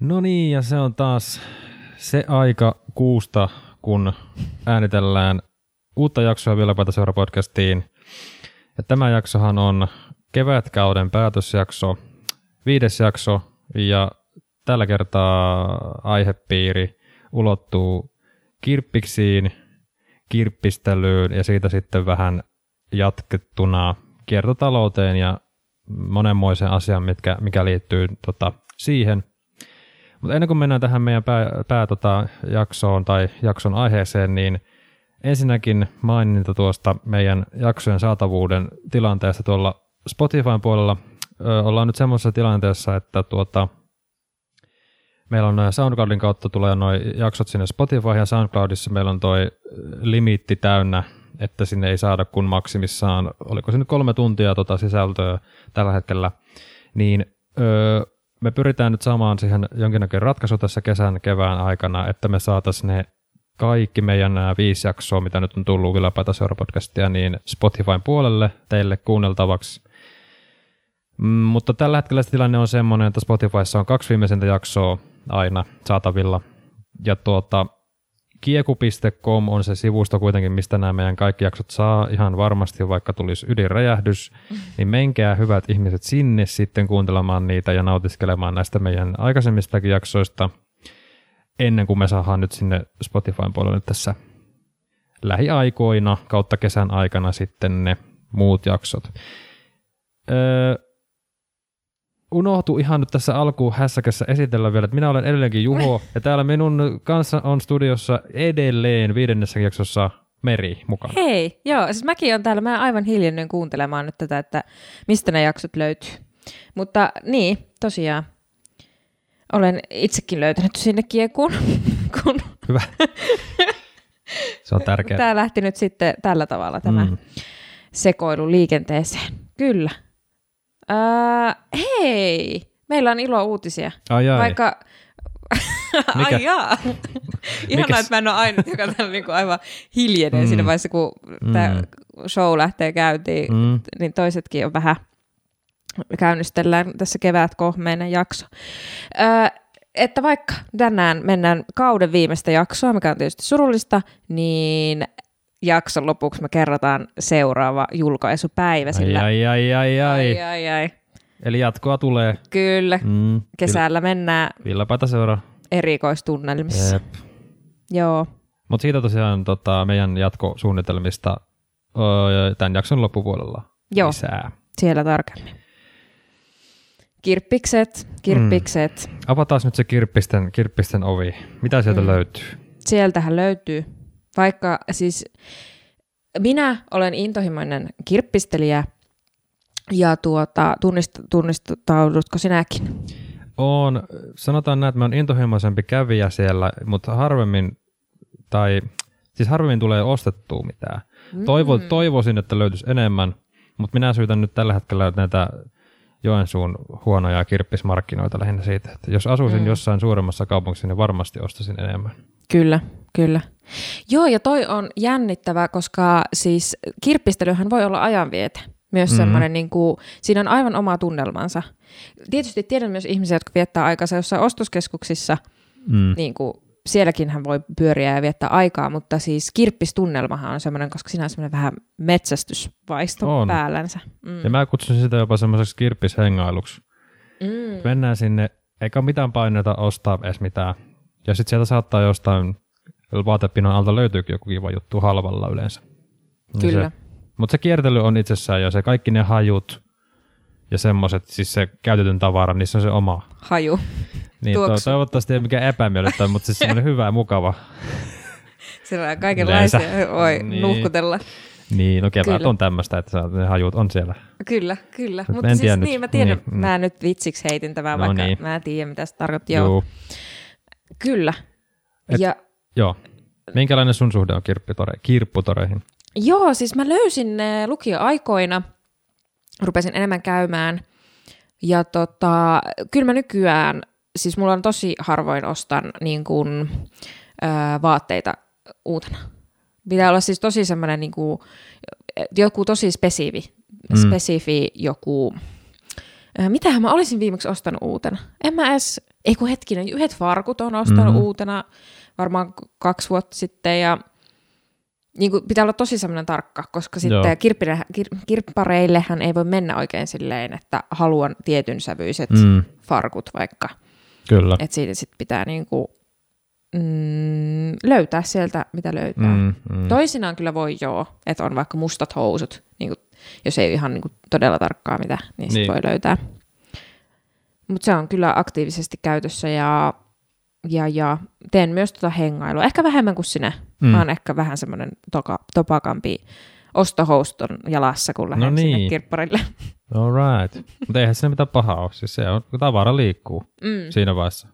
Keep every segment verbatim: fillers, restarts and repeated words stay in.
No niin, ja se on taas se aika kuusta, kun äänitellään uutta jaksoa Villapaita Seura-podcastiin. Ja tämä jaksohan on kevätkauden päätösjakso, viides jakso, ja tällä kertaa aihepiiri ulottuu kirppiksiin, kirppistelyyn ja siitä sitten vähän jatkettuna kiertotalouteen ja monenmoisen asian, mitkä, mikä liittyy tota, siihen. Mutta ennen kuin mennään tähän meidän pää, pää tota, jaksoon tai jakson aiheeseen, niin ensinnäkin maininta tuosta meidän jaksojen saatavuuden tilanteesta tuolla Spotifyn puolella. Ö, ollaan nyt semmoisessa tilanteessa, että tuota, meillä on SoundCloudin kautta tulee nuo jaksot sinne Spotifyhin ja SoundCloudissa meillä on toi limiitti täynnä, että sinne ei saada kun maksimissaan, oliko se nyt kolme tuntia tota sisältöä tällä hetkellä, niin öö, me pyritään nyt saamaan siihen jonkinnäköinen ratkaisu tässä kesän kevään aikana, että me saataisiin ne kaikki meidän nämä viisi jaksoa, mitä nyt on tullut Villapaita Seura-podcastia, niin Spotifyn puolelle teille kuunneltavaksi. Mm, mutta tällä hetkellä tilanne on semmoinen, että Spotifyssa on kaksi viimeisintä jaksoa aina saatavilla. Ja tuota, kieku piste com on se sivusto kuitenkin, mistä nämä meidän kaikki jaksot saa ihan varmasti, vaikka tulisi ydinräjähdys. Niin menkää hyvät ihmiset sinne sitten kuuntelemaan niitä ja nautiskelemaan näistä meidän aikaisemmistakin jaksoista ennen kuin me saadaan nyt sinne Spotifyn puolelle tässä lähiaikoina kautta kesän aikana sitten ne muut jaksot. Öö, unohtu ihan nyt tässä alkuun hässäkässä esitellä vielä, että minä olen edelleenkin Juho, ja täällä minun kanssa on studiossa edelleen viidennessä jaksossa Meri mukana. Hei, joo, siis mäkin olen täällä, mä aivan hiljainen kuuntelemaan nyt tätä, että mistä ne jaksot löytyy. Mutta niin, tosiaan, olen itsekin löytänyt sinne kiekuun. Kun Hyvä. Se on tärkeää. Tämä lähti nyt sitten tällä tavalla, tämä mm. sekoilu liikenteeseen. Kyllä. Uh, hei, meillä on ilo uutisia. Ai ai. Vaikka, Mikä? ai jaa. Ihanaa, että mä en ole ainut, joka täällä niinku aivan hiljenee mm. siinä vaiheessa, kun mm. tämä show lähtee käyntiin, mm. niin toisetkin on vähän käynnistellään tässä kevätkohmeinen jakso. Uh, että vaikka tänään mennään kauden viimeistä jaksoa, mikä on tietysti surullista, niin jakson lopuksi me kerrotaan seuraava julkaisupäivä. Sillä... Ai, ai, ai, ai, ai, ai, ai. Eli jatkoa tulee. Kyllä. Mm, kesällä Vill... mennään Villapaita Seura erikoistunnelmissa. Jep. Joo. Mutta siitä tosiaan tota, meidän jatkosuunnitelmista öö, tämän jakson loppupuolella Joo. lisää. Siellä tarkemmin. Kirppikset, kirppikset. Mm. Avataan nyt se kirppisten, kirppisten ovi. Mitä sieltä mm. löytyy? Sieltähän löytyy. Vaikka siis minä olen intohimoinen kirppistelijä ja tuota, tunnist, tunnistaudutko sinäkin? Oon, sanotaan näin, että mä oon intohimoisempi kävijä siellä, mutta harvemmin, tai siis harvemmin tulee ostettua mitään. Mm. Toivo, toivoisin, että löytyisi enemmän, mutta minä syytän nyt tällä hetkellä näitä Joensuun huonoja kirppismarkkinoita lähinnä siitä, että jos asuisin mm. jossain suuremmassa kaupungissa, niin varmasti ostaisin enemmän. Kyllä, kyllä. Joo, ja toi on jännittävää, koska siis kirppistelyhän voi olla ajanviete. Myös mm-hmm. semmoinen, niin kuin, siinä on aivan oma tunnelmansa. Tietysti tiedän myös ihmisiä, jotka viettää aikansa jossain ostoskeskuksissa, mm. niin kuin, sielläkin hän voi pyöriä ja viettää aikaa, mutta siis kirppistunnelmahan on semmoinen, koska siinä on semmoinen vähän metsästysvaisto on päällänsä. Mm. Ja mä kutsun sitä jopa semmoiseksi kirppishengailuksi. Mm. Mennään sinne, eikä mitään paineita ostaa edes mitään. Ja sitten sieltä saattaa jostain vaatepinon alta löytyykin joku kiva juttu halvalla yleensä. Kyllä. Mutta se kiertely on itsessään ja se kaikki ne hajut ja semmoiset, siis se käytetyn tavara, niissä on se oma haju. Niin, to- toivottavasti ei ole mikään epämiellyttävä, mutta siis semmoinen hyvä ja mukava. Siellä on kaikenlaisia, voi niin nuhkutella. Niin, no kevät on tämmöistä, että ne hajut on siellä. Kyllä, kyllä. Mutta siis niin, nyt. mä tiedän, niin, mä nyt vitsiksi heitin tämän, no vaikka niin. Mä en tiedä, mitä se tarkoittaa. Joo. Joo. Kyllä. Et, ja, joo. Minkälainen sun suhde on kirpputore- kirpputoreihin? Joo, siis mä löysin ne lukioaikoina, rupesin enemmän käymään. Ja tota, kyllä mä nykyään, siis mulla on tosi harvoin ostan niin kuin, ö, vaatteita uutena. Pitää olla siis tosi semmoinen niin kuin, joku tosi spesifi, mm. spesifi joku, ö, mitähän mä olisin viimeksi ostanut uutena. En mä edes, Ei kun hetkinen, yhdet farkut on ostanut Mm. uutena varmaan kaksi vuotta sitten ja niin kuin pitää olla tosi semmoinen tarkka, koska sitten kirppire, kir, kirppareillehän ei voi mennä oikein silleen, että haluan tietyn sävyiset Mm. farkut vaikka. Kyllä. Että siitä sitten pitää niin kuin, mm, löytää sieltä, mitä löytää. Mm, mm. Toisinaan kyllä voi joo, että on vaikka mustat housut, niin kuin, jos ei ihan niin kuin todella tarkkaa mitä, niin sitten Niin. voi löytää. Mutta se on kyllä aktiivisesti käytössä ja, ja, ja teen myös tuota hengailua. Ehkä vähemmän kuin sinä. Mm. Mä oon ehkä vähän semmoinen toka, topakampi ostohouston jalassa, kun lähden No niin. sinne kirpparille. All right. Mutta eihän siinä mitään pahaa ole. Siis se on, tavara liikkuu Mm. siinä vaiheessa.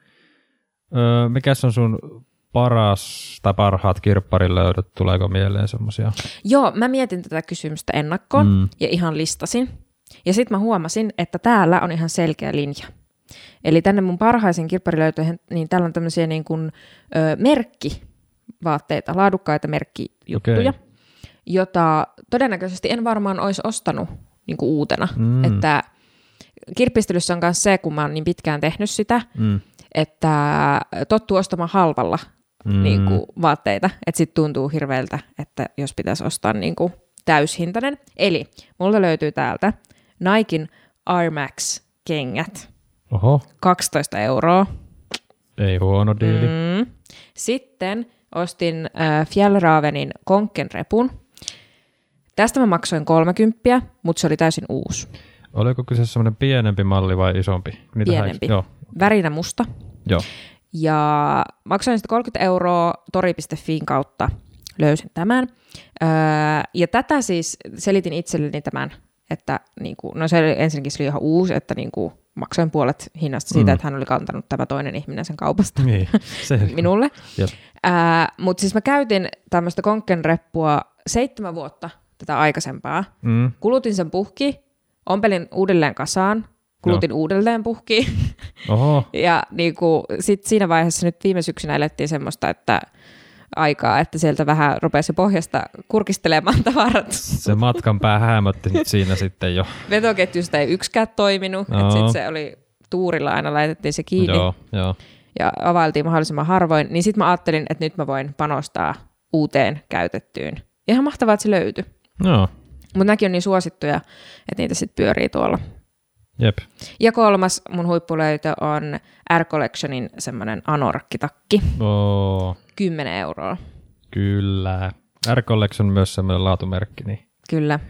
Öö, mikäs on sun paras tai parhaat kirpparilöydöt? Tuleeko mieleen semmosia? Joo, mä mietin tätä kysymystä ennakkoon Mm. ja ihan listasin. Ja sitten mä huomasin, että täällä on ihan selkeä linja. Eli tänne mun parhaisiin kirpparilöytöihin, niin täällä on tämmöisiä niin kuin, ö, merkkivaatteita, laadukkaita merkkijuttuja, Okei. jota todennäköisesti en varmaan olisi ostanut niin kuin uutena. Mm. Että kirppistelyssä on myös se, kun mä oon niin pitkään tehnyt sitä, Mm. että tottuu ostamaan halvalla Mm. niin kuin vaatteita, että sitten tuntuu hirveältä, että jos pitäisi ostaa niin kuin täyshintainen. Eli multa löytyy täältä Niken Air Max-kengät, Oho, kaksitoista euroa. ei huono diili. Mm. Sitten ostin äh, Fjällravenin Konken-repun. Tästä mä maksoin kolmekymmentä, mutta se oli täysin uusi. Oliko kyse semmoinen pienempi malli vai isompi? Niitähän- Pienempi. Joo. Värinä musta. Joo. Ja maksoin sitä kolmekymmentä euroa tori piste fin kautta löysin tämän. Öö, ja tätä siis selitin itselleni tämän, että niinku, no se oli ensinnäkin se oli ihan uusi, että niinku, maksoin puolet hinnasta siitä, Mm. että hän oli kantanut tämä toinen ihminen sen kaupasta Niin, se. minulle. Jep. Öö, Mutta siis mä käytin tämmöistä Konken-reppua seitsemän vuotta tätä aikaisempaa. Mm. Kulutin sen puhki, ompelin uudelleen kasaan, kulutin uudelleen puhki. Oho, Ja niin kuin, sit siinä vaiheessa nyt viime syksynä elettiin semmoista, että aikaa, että sieltä vähän rupesi pohjasta kurkistelemaan tavarat. se matkan pää häämötti nyt siinä sitten jo. Vetoketjusta ei yksikään toiminut, No. että sitten se oli tuurilla aina laitettiin se kiinni Joo, joo. ja availtiin mahdollisimman harvoin. Niin sitten mä ajattelin, että nyt mä voin panostaa uuteen käytettyyn. Ihan mahtavaa, että se löytyi. Joo, Mutta nämäkin on niin suosittuja, että niitä sitten pyörii tuolla. jep. Ja kolmas mun huippulöytö on R Collectionin semmoinen anorakkitakki. Oo, kymmenen euroa. kyllä. R Collection myös semmoinen laatumerkki, niin Kyllä.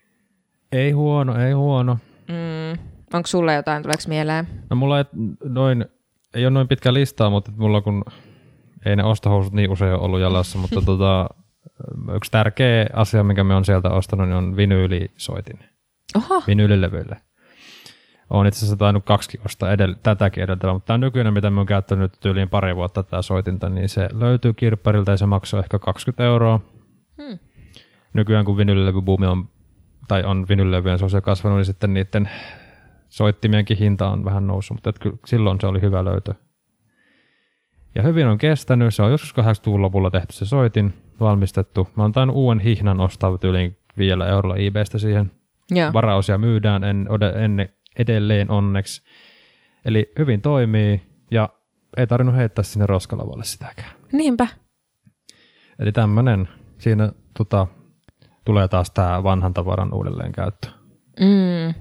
ei huono, ei huono. Mm. Onko sulla jotain, tuleeko mieleen? No mulla ei, noin, ei ole noin pitkä listaa, mutta mulla kun ei ne ostohousut niin usein ole ollut jalassa, mutta tota, yksi tärkeä asia, minkä me on sieltä ostanut, niin on vinyylisoitin. Oho. Vinyylilevyille. Olen itse asiassa tainnut kaksikin ostaa edellä, tätäkin edeltävä, mutta tämä nykyinen, mitä me on käyttänyt tyyliin pari vuotta tätä soitinta, niin se löytyy kirpparilta ja se maksaa ehkä kaksikymmentä euroa. Hmm. Nykyään kun vinylilevybuumi on, tai on vinylilevyjen suosio kasvanut, niin sitten niiden soittimienkin hinta on vähän noussut, mutta kyllä silloin se oli hyvä löytö. Ja hyvin on kestänyt, se on joskus kahdeksankymmentäluvun lopulla tehty se soitin, valmistettu. Mä oon tainnut uuden hihnan ostaa tyyliin viidellä eurolla eBaystä siihen. Joo. Varaosia myydään en, en, edelleen onneksi. Eli hyvin toimii ja ei tarvinnut heittää sinne roskalavalle sitäkään. Niinpä. Eli tämmönen, siinä tota, tulee taas tää vanhan tavaran uudelleenkäyttö. Mm.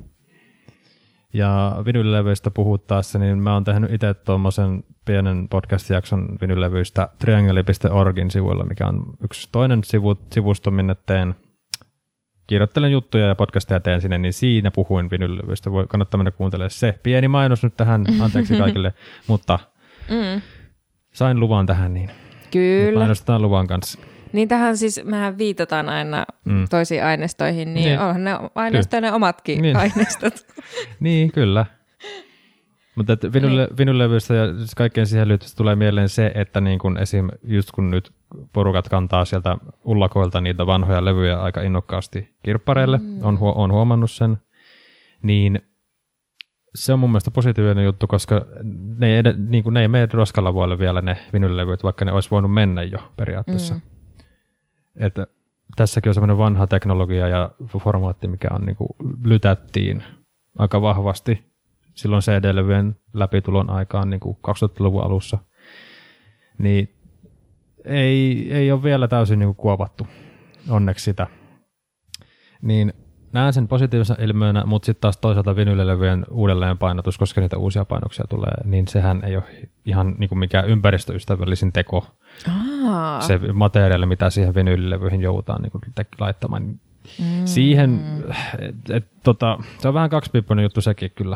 Ja vinylilevyistä puhuttaessa, niin mä oon tehnyt itse tuommoisen pienen podcast-jakson vinylevyistä triangeli piste orgin sivuilla, mikä on yksi toinen sivu, sivusto, minne teen, kirjoittelen juttuja ja podcasteja teen sinne, niin siinä puhuin vinylilevyistä. Voi kannattaa mennä kuuntelemaan se. Pieni mainos nyt tähän, anteeksi kaikille, mutta Mm. sain luvan tähän, niin Kyllä. mainostetaan luvan kanssa. Niin tähän siis, mehän viitataan aina mm. toisiin aineistoihin, niin, niin. onhan ne aineistoja ne omatkin niin. aineistot. Niin, kyllä. Mutta vinyle, niin. vinylevyistä ja kaikkeen siihen liittyvistä tulee mieleen se, että niin kun esim. Just kun nyt porukat kantaa sieltä ullakoilta niitä vanhoja levyjä aika innokkaasti kirppareille, mm. on, huo, on huomannut sen, niin se on mun mielestä positiivinen juttu, koska ne ei, ed- niin kuin ne ei mene roskalavoille vielä ne vinylilevyt, vaikka ne olisi voinut mennä jo periaatteessa. Mm. Että tässäkin on semmoinen vanha teknologia ja formaatti, mikä on niin kuin lytättiin aika vahvasti silloin C D-levyjen läpitulon aikaan niin kuin kaksituhattaluvun alussa, niin ei, ei ole vielä täysin niin kuin kuopattu, onneksi sitä. Niin näen sen positiivisena ilmiönä, mutta sitten taas toisaalta vinylilevyjen uudelleenpainotus, koska niitä uusia painoksia tulee, niin sehän ei ole ihan niin kuin mikään ympäristöystävällisin teko. Aa. Se materiaali, mitä siihen vinylilevyihin joudutaan niin kuin laittamaan. Mm. Siihen, et, et, tota, se on vähän kaksipiippunen juttu sekin kyllä.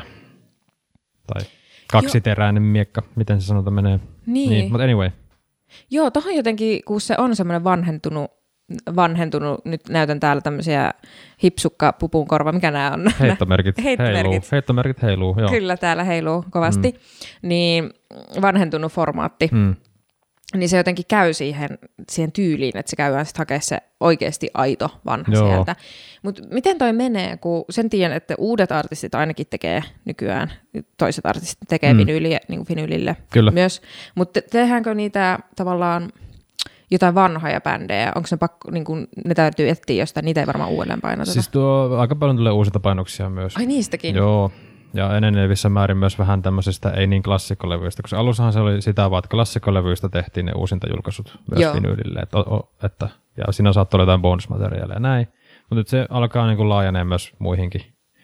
Tai kaksiteräinen miekka, miten se sanota menee. Niin. niin mutta anyway. Joo, tohon jotenkin, kun se on semmoinen vanhentunut, vanhentunut, nyt näytän täällä tämmöisiä hipsukka pupun korva, mikä nämä on? Heittomerkit, Heittomerkit. heiluu. Heittomerkit heiluu, joo. Kyllä, täällä heiluu kovasti. Mm. Niin vanhentunut formaatti. Mm. Niin se jotenkin käy siihen, siihen tyyliin, että se käydään sitten hakemaan se oikeasti aito vanha Joo. sieltä. Mutta miten toi menee, kun sen tiedän, että uudet artistit ainakin tekee nykyään, toiset artistit tekee mm. vinyyliä, niin kuin vinylille Kyllä. myös. Mutta tehdäänkö niitä tavallaan jotain vanhoja bändejä? Onko se pakko, niin kuin, ne täytyy etsiä jostain, niitä ei varmaan uudelleen painoteta? Siis tuo, aika paljon tulee uusilta painoksia myös. Ai niistäkin? Joo. Ja enenevissä määrin myös vähän tämmöisestä ei niin klassikkolevyistä, koska alussahan se oli sitä vaan, että klassikkolevyistä tehtiin ne uusinta julkaisut myös Joo. vinyylille, että, että, ja siinä saattoi olla jotain bonusmateriaalia ja näin, mutta nyt se alkaa niin kuin laajenee myös muihinkin.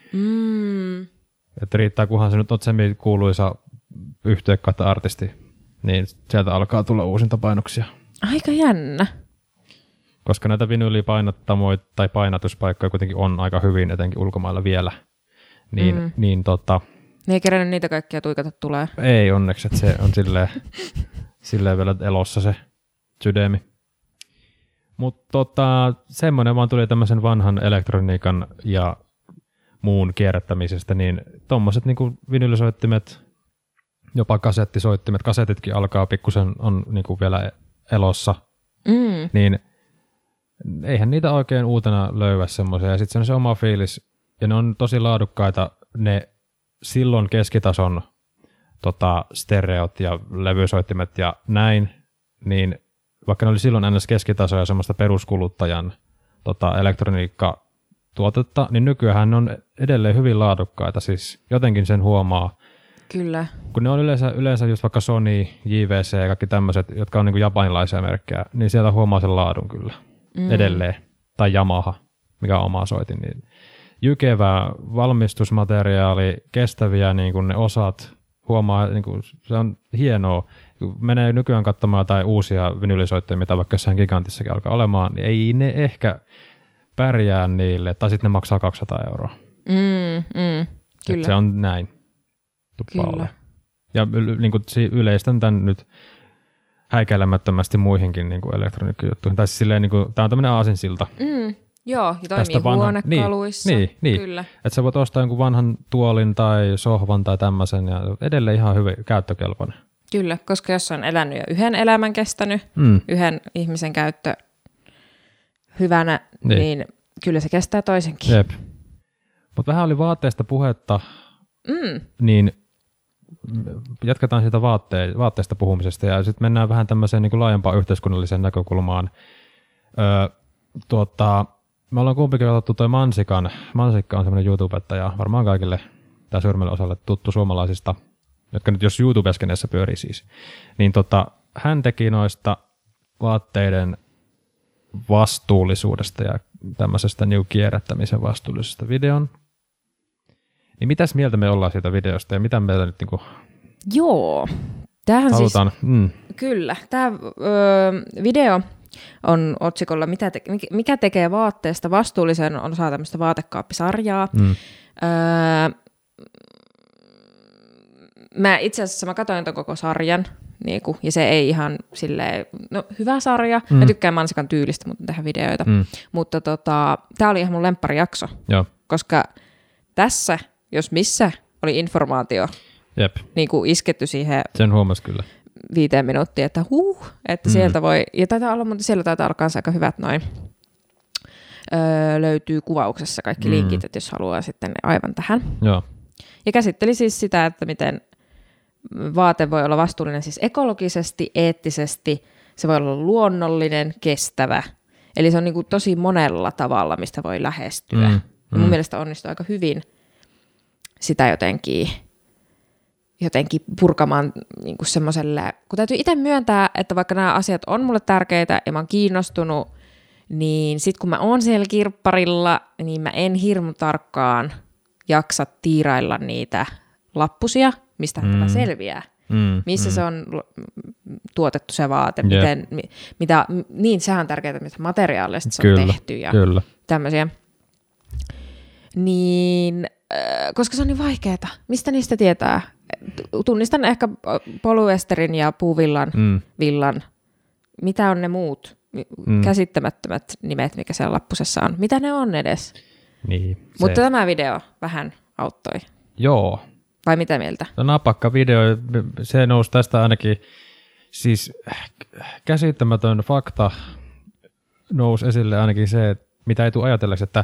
Mm. Että riittää, kunhan se nyt on se kuuluisa yhtye kautta artisti, niin sieltä alkaa tulla uusinta painoksia. Aika jännä. Koska näitä vinyylipainottamoja tai painatuspaikkoja kuitenkin on aika hyvin, etenkin ulkomailla vielä. Niin, mm. niin tota... Ne ei kerännyt niitä kaikkia tuikata tulee. Ei onneksi, että se on silleen, silleen vielä elossa se sydämi. Mutta tota, semmoinen vaan tuli tämmöisen vanhan elektroniikan ja muun kierrättämisestä, niin tommoset niinku vinylisoittimet, jopa kasettisoittimet, kasetitkin alkaa pikkusen on niinku vielä elossa, mm. niin eihän niitä oikein uutena löyä semmoisia. Ja sitten se on se oma fiilis. Ja ne on tosi laadukkaita, ne silloin keskitason tota, stereot ja levysoittimet ja näin, niin vaikka ne oli silloin ns. Keskitaso ja semmoista peruskuluttajan tota, elektroniikkatuotetta, niin nykyään ne on edelleen hyvin laadukkaita, siis jotenkin sen huomaa. Kyllä. Kun ne on yleensä, yleensä just vaikka Sony, J V C ja kaikki tämmöiset, jotka on niin kuin japanilaisia merkkejä, niin sieltä huomaa sen laadun kyllä mm. edelleen. Tai Yamaha, mikä on oma soitin, niin jykevää valmistusmateriaali, kestäviä niin kuin ne osat, huomaa, niin kuin, se on hienoa. Kun menee nykyään katsomaan jotain uusia vinylisoitteja, mitä vaikka jossain Gigantissakin alkaa olemaan, niin ei ne ehkä pärjää niille, tai sitten ne maksaa kaksisataa euroa. Mm, mm, kyllä. Se on näin. Kyllä. Ja niin kuin, yleistän tämän nyt häikäilemättömästi muihinkin niin kuin elektroniikkajuttuihin. Tai siis silleen, niin kuin, tämä on tämmöinen aasinsilta. Mm. Joo, ja toimii huonekaluissa. Niin, niin, kyllä. Että sä voit ostaa jonkun vanhan tuolin tai sohvan tai tämmöisen ja edelleen ihan hyvin käyttökelpoinen. Kyllä, koska jos on elänyt jo yhden elämän kestänyt, mm. yhden ihmisen käyttö hyvänä, niin, niin kyllä se kestää toisenkin. Jep. Mutta vähän oli vaatteista puhetta, mm. niin jatketaan siitä vaatte- vaatteista puhumisesta ja sitten mennään vähän tämmöiseen niin kuin laajempaan yhteiskunnalliseen näkökulmaan. Öö, tuota... Me ollaan kumpikin katsottu toi Mansikan. Mansikka on semmoinen YouTubettaja, varmaan kaikille tai suurimmalle osalle tuttu suomalaisista, jotka nyt jos YouTube-skeneessä pyörii siis. Niin tota, hän teki noista vaatteiden vastuullisuudesta ja tämmöisestä niin kierrättämisen vastuullisesta videon. Niin mitäs mieltä me ollaan siitä videosta ja mitä meillä nyt niinku Joo, tämähän halutaan? Siis, mm. kyllä, tämä öö, video on otsikolla mitä te, mikä tekee vaatteesta vastuullisen, on osa tämmöistä vaatekaappisarjaa. Mm. Öö, mä itse asiassa mä katsoin ton koko sarjan, niinku, ja se ei ihan silleen, no hyvä sarja. Mm. Mä tykkään Mansikan tyylistä, mutta tehdään videoita. Mm. Mutta tota, tää oli ihan mun lempparijakso, Joo. koska tässä, jos missä, oli informaatio Jep. Niinku isketty siihen. Sen huomasi kyllä. Viiteen minuuttia, että huh, että mm. sieltä voi, ja taitaa olla, mutta siellä taitaa olla kanssa aika hyvät noin, öö, löytyy kuvauksessa kaikki mm. linkit, että jos haluaa sitten aivan tähän. Joo. Ja käsitteli siis sitä, että miten vaate voi olla vastuullinen siis ekologisesti, eettisesti, se voi olla luonnollinen, kestävä, eli se on niin kuin tosi monella tavalla, mistä voi lähestyä. Mm. Ja mun mm. mielestä onnistui aika hyvin sitä jotenkin jotenkin purkamaan niin kuin semmoiselle, kun täytyy itse myöntää, että vaikka nämä asiat on mulle tärkeitä ja mä oon kiinnostunut, niin sit kun mä oon siellä kirpparilla, niin mä en hirmu tarkkaan jaksa tiirailla niitä lappusia, mistä mm. tämä selviää. Mm, missä mm. se on tuotettu se vaate, yep. miten, mitä, niin sehän on tärkeää, mitä materiaalista se kyllä, on tehty ja kyllä. tämmöisiä. Niin, äh, koska se on niin vaikeaa, mistä niistä tietää? Tunnistan ehkä polyesterin ja puuvillan mm. villan. Mitä on ne muut mm. käsittämättömät nimet, mikä siellä lappusessa on? Mitä ne on edes? Niin, mutta tämä video vähän auttoi. Joo. Vai mitä mieltä? No napakka video, se nousi tästä ainakin, siis käsittämätön fakta nousi esille ainakin se, että mitä ei tule ajatelleeksi, että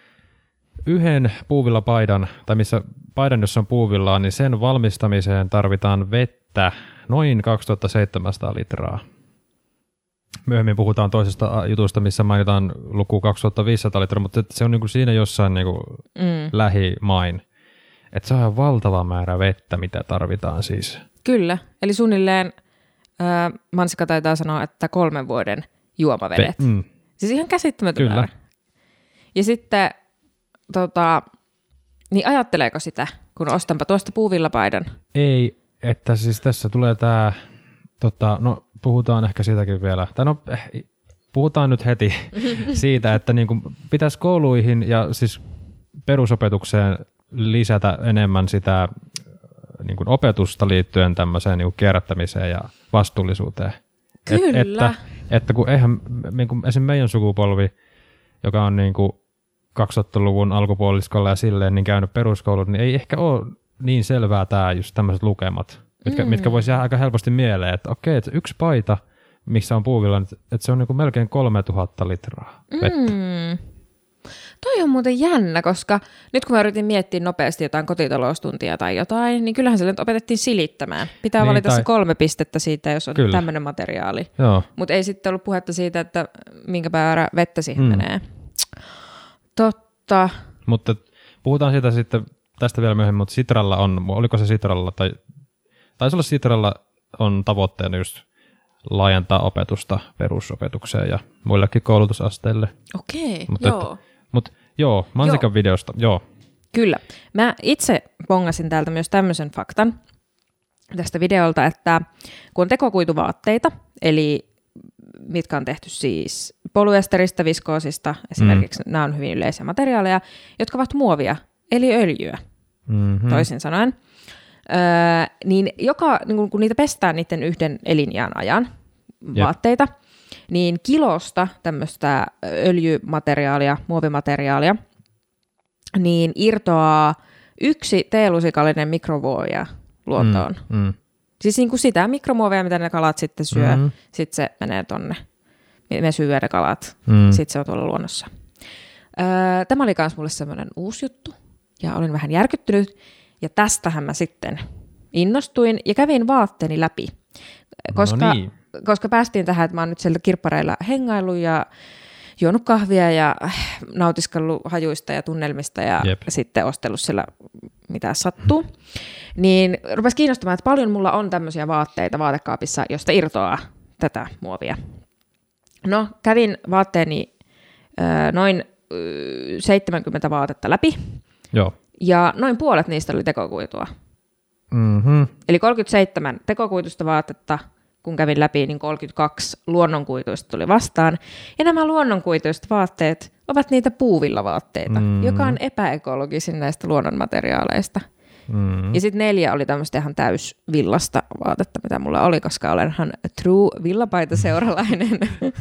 yhden puuvillapaidan, tai missä paidan, jossa on puuvillaa, niin sen valmistamiseen tarvitaan vettä noin kaksituhattaseitsemänsataa litraa. Myöhemmin puhutaan toisesta jutusta, missä mainitaan luku kaksituhattaviisisataa litraa, mutta se on niin kuin siinä jossain niin kuin mm. lähimain. Että se on valtava määrä vettä, mitä tarvitaan siis. Kyllä. Eli suunnilleen äh, Mansikka taitaa sanoa, että kolmen vuoden juomavedet. Pe- mm. Siis ihan käsittämätön määrä. Ja sitten, tota, niin ajatteleeko sitä, kun ostanpa tuosta puuvillapaidan? Ei, että siis tässä tulee tämä, tota, no puhutaan ehkä siitäkin vielä. Tai no, eh, puhutaan nyt heti siitä, että niin kuin pitäisi kouluihin ja siis perusopetukseen lisätä enemmän sitä niin kuin opetusta liittyen tämmöiseen niin kuin kierrättämiseen ja vastuullisuuteen. Kyllä. Et, että, että kun eihän niin kuin esimerkiksi meidän sukupolvi, joka on niin kuin kaksituhattaluvun alkupuoliskolla ja silleen niin käynyt peruskoulut, niin ei ehkä ole niin selvää tämä just tämmöiset lukemat, mitkä, mm. mitkä voisi jäädä aika helposti mieleen, että okei, että yksi paita, missä on puuvilla, että se on niin kuin melkein kolmetuhatta litraa vettä. Mm. Toi on muuten jännä, koska nyt kun mä yritin miettiä nopeasti jotain kotitaloustuntia tai jotain, niin kyllähän se nyt opetettiin silittämään. Pitää niin, valita tai... se kolme pistettä siitä, jos on Kyllä. tämmöinen materiaali. Mutta ei sitten ollut puhetta siitä, että minkä määrä vettä siihen mm. menee. Totta. Mutta puhutaan siitä sitten tästä vielä myöhemmin, mutta Sitralla on, oliko se Sitralla, tai taisi olla Sitralla on tavoitteena just laajentaa opetusta perusopetukseen ja muillekin koulutusasteille. Okei, mutta joo. Että, Mutta joo, Mansikan joo. videosta, joo. Kyllä. Mä itse bongasin täältä myös tämmöisen faktan tästä videolta, että kun on tekokuituvaatteita, eli mitkä on tehty siis polyesteristä, viskoosista, esimerkiksi mm. nämä on hyvin yleisiä materiaaleja, jotka ovat muovia, eli öljyä, mm-hmm. toisin sanoen, öö, niin, joka, niin kun niitä pestään niiden yhden elinjään ajan vaatteita, Jep. niin kilosta tämmöistä öljymateriaalia, muovimateriaalia, niin irtoaa yksi teelusikallinen mikromuovia luontoon. Mm, mm. Siis niin kuin sitä mikromuovia, mitä ne kalat sitten syö, mm-hmm. sitten se menee tonne. Me syö ne kalat, mm. sitten se on tuolla luonnossa. Öö, tämä oli myös mulle semmoinen uusi juttu, ja olin vähän järkyttynyt, ja tästähän mä sitten innostuin, ja kävin vaatteeni läpi. Koska, no niin. koska päästiin tähän, että mä oon nyt sieltä kirppareilla hengailu ja juonut kahvia ja nautiskellut hajuista ja tunnelmista ja Jep. sitten ostellut siellä mitä sattuu. Niin rupesi kiinnostamaan, että paljon mulla on tämmöisiä vaatteita vaatekaapissa, josta irtoaa tätä muovia. No, kävin vaatteeni ö, noin ö, seitsemänkymmentä vaatetta läpi. Joo. Ja noin puolet niistä oli tekokuitua. Mm-hmm. Eli kolmekymmentäseitsemän tekokuitusta vaatetta, kun kävin läpi, niin kolmekymmentäkaksi luonnonkuituista tuli vastaan. Ja nämä luonnonkuituiset vaatteet ovat niitä puuvillavaatteita, mm. joka on epäekologisin näistä luonnonmateriaaleista. Mm. Ja sitten neljä oli tämmöistä ihan täysvillasta vaatetta, mitä mulla oli, koska olenhan true villapaitaseuralainen.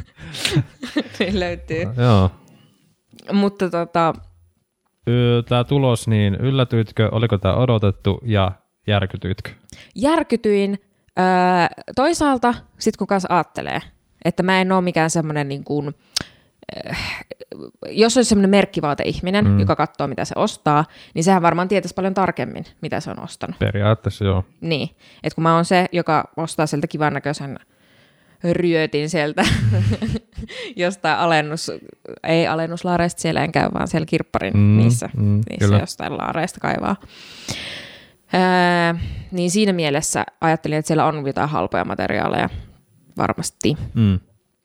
Niin löytyy. No, joo. Mutta tota... Tämä tulos, niin yllätyitkö, oliko tämä odotettu ja järkytyitkö? Järkytyin. Öö, toisaalta sitten kun kanssa ajattelee, että mä en ole mikään semmoinen niin kuin, äh, jos olisi semmoinen merkkivaateihminen, mm. joka katsoo mitä se ostaa, niin sehän varmaan tietäisi paljon tarkemmin, mitä se on ostanut. Periaatteessa joo. Niin, että kun mä oon se, joka ostaa sieltä kivan näköisen ryötin sieltä jostain alennus, ei alennuslaareista siellä en käy, vaan siellä kirpparin mm, niissä, mm, niissä jostain laareista kaivaa. Öö, niin siinä mielessä ajattelin, että siellä on jotain halpoja materiaaleja varmasti. Mm.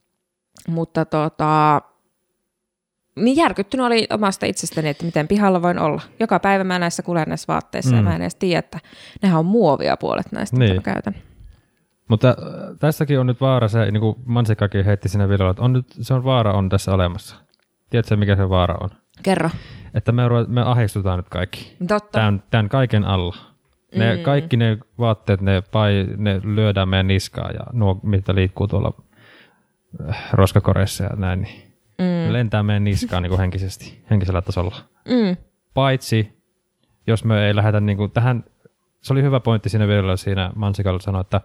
Mutta tota, niin järkyttynyt oli omasta itsestäni, että miten pihalla voin olla. Joka päivä mä näissä kulen näissä vaatteissa mm. ja mä en edes tiedä, että nehän on muovia puolet näistä, niin. mitä mä käytän. Mutta tässäkin on nyt vaara, se niin kuin Mansikkakin heitti siinä videolla, että on nyt, se on vaara on tässä olemassa. Tiedätkö, mikä se vaara on? Kerro. Että me, me ahdistutaan nyt kaikki. Totta. Tämän, tämän kaiken alla. Ne, mm. Kaikki ne vaatteet, ne, pai, ne lyödään meidän niskaan ja nuo, mitä liikkuu tuolla roskakoreissa ja näin, niin mm. lentää meidän niskaan niin kuin henkisesti, henkisellä tasolla. Mm. Paitsi, jos me ei lähdetä niin kuin tähän, se oli hyvä pointti siinä videolla, siinä Mansikalla sanoi, että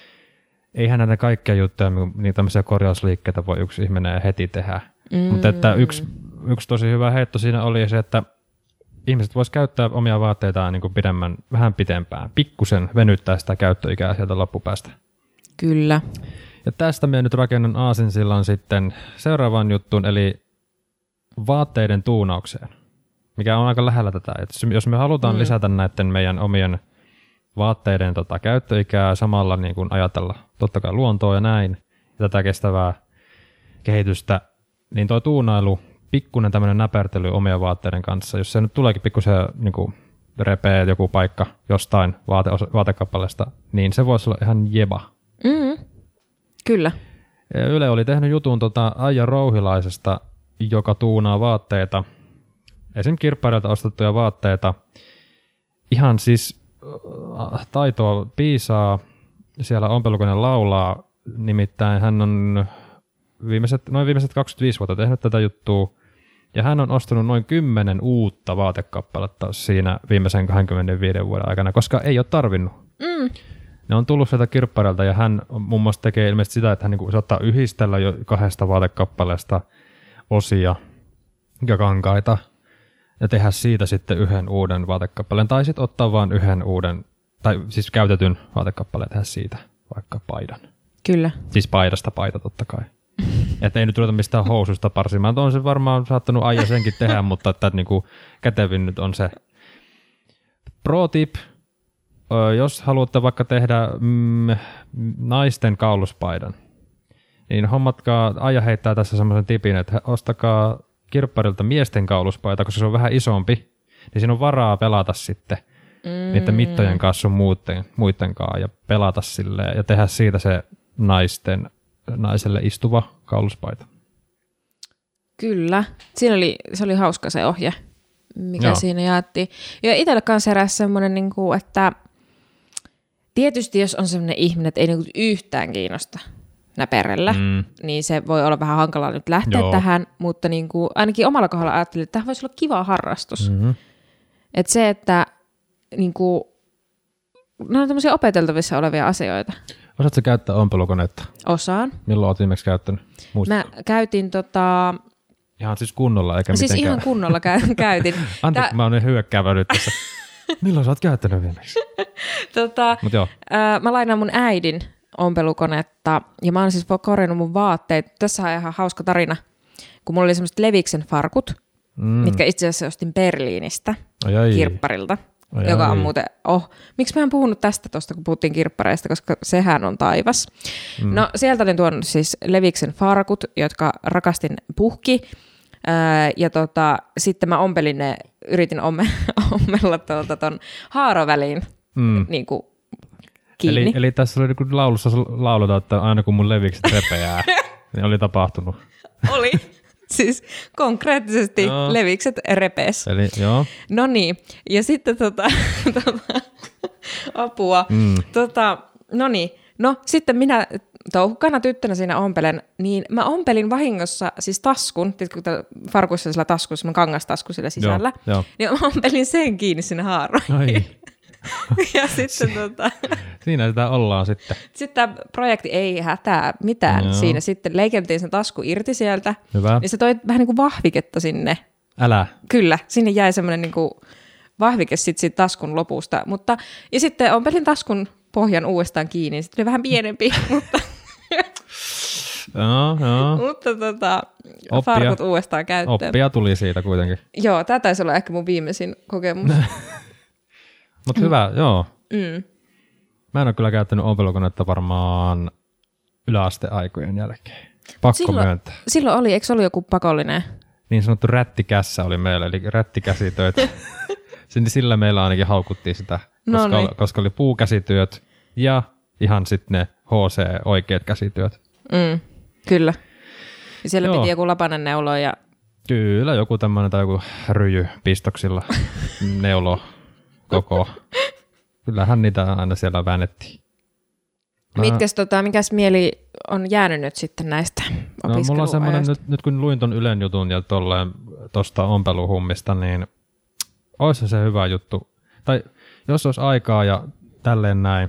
eihän näitä kaikkia juttuja, niin tämmöisiä korjausliikkeitä voi yksi ihminen heti tehdä. Mm. Mutta että yksi, yksi tosi hyvä heitto siinä oli se, että ihmiset vois käyttää omia vaatteitaan niin kuin pidemmän, vähän pitempään. Pikkusen venyttää sitä käyttöikää sieltä loppupäästä. Kyllä. Ja tästä minä nyt rakennan aasinsillan sitten seuraavaan juttuun, eli vaatteiden tuunaukseen, mikä on aika lähellä tätä. Et jos me halutaan mm. lisätä näiden meidän omien vaatteiden tota, käyttöikää samalla niin kuin ajatella totta kai luontoa ja näin, ja tätä kestävää kehitystä, niin tuo tuunailu, pikkuinen tämmöinen näpertely omien vaatteiden kanssa, jos se nyt tuleekin pikkusen niin kuin repee joku paikka jostain vaate, vaatekappaleesta, niin se voisi olla ihan jeba. Mm-hmm. Kyllä. Ja Yle oli tehnyt jutun tota Aija Rouhilaisesta, joka tuunaa vaatteita, esim. Kirpparilta ostettuja vaatteita. Ihan siis taitoa piisaa, siellä ompelukone laulaa, nimittäin hän on viimeiset, noin viimeiset kaksikymmentäviisi vuotta tehnyt tätä juttua, ja hän on ostanut noin kymmenen uutta vaatekappaletta siinä viimeisen kaksikymmentäviisi vuoden aikana, koska ei ole tarvinnut. Mm. Ne on tullut sieltä kirpparilta, ja hän muun muassa tekee ilmeisesti sitä, että hän niin saattaa yhdistellä jo kahdesta vaatekappaleesta osia ja kankaita, ja tehdä siitä sitten yhden uuden vaatekappaleen, tai sitten ottaa vain yhden uuden, tai siis käytetyn vaatekappaleen tehdä siitä vaikka paidan. Kyllä. Siis paidasta paita totta kai. Että ei nyt ruveta mistään housusta parsimaan. On se varmaan saattanut Aija senkin tehdä, mutta että niinku kätevin nyt on se. Pro tip, jos haluatte vaikka tehdä mm, naisten kauluspaidan, niin hommatkaa, Aija heittää tässä semmoisen tipin, että ostakaa kirpparilta miesten kauluspaita, koska se on vähän isompi, niin siinä on varaa pelata sitten mm. niiden mittojen kanssa sun muiden, muiden kanssa ja pelata silleen ja tehdä siitä se naisten, naiselle istuva kauluspaita. Kyllä. Siinä oli, se oli hauska se ohje, mikä Joo. siinä jaettiin. Ja itselle kanssa heräsi semmoinen, niin kuin, että tietysti jos on semmoinen ihminen, että ei niin kuin yhtään kiinnosta näperellä, mm. niin se voi olla vähän hankalaa nyt lähteä Joo. tähän, mutta niin kuin, ainakin omalla kohdalla ajattelin, että tämä voisi olla kiva harrastus. Mm-hmm. Että se, että niin kuin, nämä on tämmöisiä opeteltavissa olevia asioita. Osaatko käyttää ompelukonetta? Osaan. Milloin olet viimeksi käyttänyt? Muistatko? Mä käytin tota... Ihan siis kunnolla, eikä siis mitenkään. Siis ihan kunnolla kä- käytin. Anteeksi, Tää... mä oon niin hyökkäävä nyt tässä. Milloin sä oot käyttänyt viimeksi? tota, Mut joo. Ää, mä lainaan mun äidin ompelukonetta, ja mä oon siis korjannut mun vaatteet. Tässä on ihan hauska tarina, kun mulla oli semmoiset Leviksen farkut, mm. mitkä itse asiassa ostin Berliinistä, ai ai. kirpparilta, ai joka ai. on muuten, oh, miksi mä en puhunut tästä tuosta, kun puhuttiin kirppareista, koska sehän on taivas. Mm. No sieltä olin tuonut siis Leviksen farkut, jotka rakastin puhki, ää, ja tota, sitten mä ompelin ne, yritin omme, ommella tuolta ton haaroväliin, mm. niin kuin kiinni. Eli, eli tässä oli niin laulussa lauletaan, että aina kun mun levikset repeää, niin oli tapahtunut. Oli. Siis konkreettisesti joo. levikset repees. Eli joo. No niin. Ja sitten tota, tota apua. Mm. Tota, no niin. No sitten minä touhukkana tyttönä siinä ompelen, niin mä ompelin vahingossa siis taskun, kun farkuissa sillä taskussa, semmoinen kangastasku sillä sisällä, joo, jo. niin mä ompelin sen kiinni sinne haaroihin. Ja sitten tota... Siinä sitä ollaan sitten. Sitten tämä projekti ei hätää mitään. Joo. Siinä sitten leikeltiin sen tasku irti sieltä. Hyvä. Niin se toi vähän niin kuin vahviketta sinne. Älä. Kyllä, sinne jäi semmoinen niin kuin vahvike sitten siitä taskun lopusta. Mutta, ja sitten ompelin taskun pohjan uudestaan kiinni. Sitten oli vähän pienempi, mutta... Joo, joo. Mutta tota, farkut uudestaan käyttöön. Oppia tuli siitä kuitenkin. Joo, tämä taisi olla ehkä mun viimeisin kokemus. Mutta hyvä, mm. joo. Mm. Mä en ole kyllä käyttänyt ompelukonetta varmaan yläasteaikojen jälkeen. Pakko silloin, myöntää. Silloin oli, eikö se ollut joku pakollinen? Niin sanottu rättikässä oli meillä, eli rättikäsitöitä. Sillä meillä ainakin haukuttiin sitä, koska, no niin. koska oli puukäsityöt ja ihan sitten ne H C-oikeat käsityöt. Mm, kyllä. Ja siellä Joo. piti joku lapanen neulo ja... Kyllä, joku tämmöinen tai joku ryjy pistoksilla neulo koko. Kyllähän niitä aina siellä väännettiin. Mä... Mitkäs, tota, mikäs mieli on jäänyt nyt sitten näistä opiskeluajasta? No mulla on semmoinen, nyt, nyt kun luin ton Ylen jutun ja tuosta ompeluhummista, niin olisi se hyvä juttu. Tai jos olisi aikaa ja tälleen näin,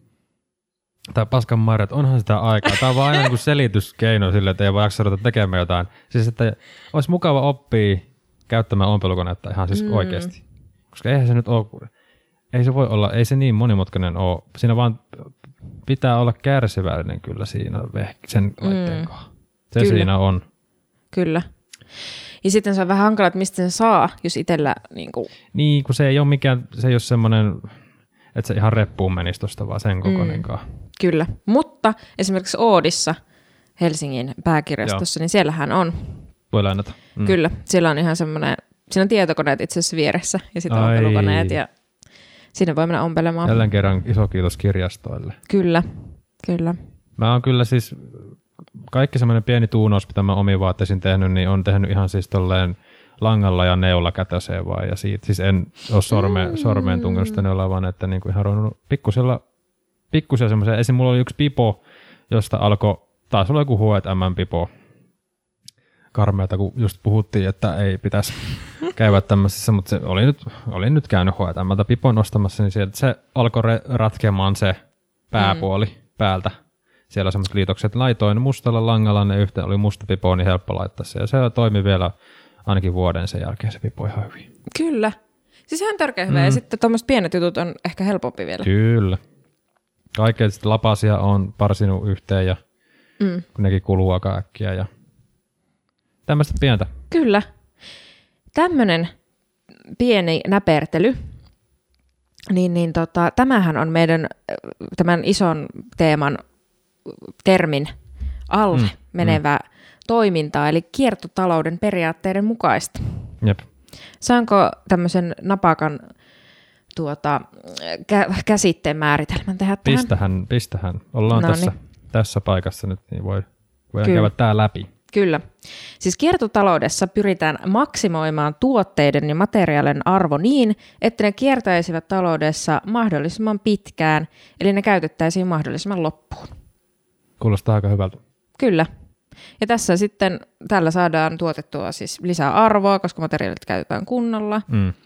tai paskan marja, että onhan sitä aikaa. Tämä on vaan aina niin kuin selityskeino sille, että ei voi jaksa ruveta tekemään jotain. Siis että olisi mukava oppia käyttämään ompelukonetta ihan siis mm. oikeasti. Koska eihän se nyt ole, ei se voi olla, ei se niin monimutkainen ole. Siinä vaan pitää olla kärsivällinen kyllä siinä sen laitteen kohdalla. Mm. Se kyllä. Siinä on. Kyllä. Ja sitten se on vähän hankala, että mistä sen saa, jos itsellä... Niin, kuin... niin kun se ei ole mikään, se ei ole semmoinen, että se ihan reppuun menisi tuosta vaan sen kokoinenkaan. Mm. Kyllä, mutta esimerkiksi Oodissa, Helsingin pääkirjastossa, Joo. niin siellähän on. Voi lainata. Mm. Kyllä, siellä on ihan semmoinen, siinä on tietokoneet itse asiassa vieressä ja sitten ompelukoneet ja sinne voi mennä ompelemaan. Jälleen kerran iso kiitos kirjastoille. Kyllä, kyllä. Mä oon kyllä siis, kaikki semmoinen pieni tuunaus, mitä mä omiin vaatteisiin tehnyt, niin on tehnyt ihan siis tolleen langalla ja neulla kätöseen vaan. Ja siitä, siis en ole sorme, mm. sormeen tunkenut sitä neulaa, vaan että niinku ihan ruvennut pikkusella pikkusia semmoisia. Esim. Mulla oli yksi pipo, josta alkoi, taas olla joku H and M-pipo. Karmeata, kun just puhuttiin, että ei pitäisi käydä tämmöisissä, mutta se oli nyt, oli nyt käynyt H and M:ltä pipon ostamassa, niin sieltä se alkoi ratkeamaan se pääpuoli mm. päältä. Siellä on semmoiset liitokset. Laitoin mustalla langalla, ne yhteen oli musta pipo, niin helppo laittaa se. Ja se toimi vielä ainakin vuoden sen jälkeen se pipo ihan hyvin. Kyllä. Siis ihan törkeä hyvä. Mm. Ja sitten tuommoiset pienet jutut on ehkä helpompi vielä. Kyllä. Kaikkea sitten lapasia on parsinut yhteen ja mm. kun nekin kuluu aika äkkiä ja tämmöistä pientä. Kyllä. Tämmöinen pieni näpertely, niin, niin tota, tämähän on meidän tämän ison teeman termin alle mm. menevää mm. toimintaa, eli kiertotalouden periaatteiden mukaista. Jep. Saanko tämmöisen napakan tuota, kä- käsitteen määritelmän tehdä tähän? Pistähän, pistähän. Ollaan tässä, tässä paikassa nyt, niin voi, voidaan käydä tää läpi. Kyllä. Siis kiertotaloudessa pyritään maksimoimaan tuotteiden ja materiaalien arvo niin, että ne kiertäisivät taloudessa mahdollisimman pitkään, eli ne käytettäisiin mahdollisimman loppuun. Kuulostaa aika hyvältä. Kyllä. Ja tässä sitten tällä saadaan tuotettua siis lisää arvoa, koska materiaalit käytetään kunnolla. Mm. Öö,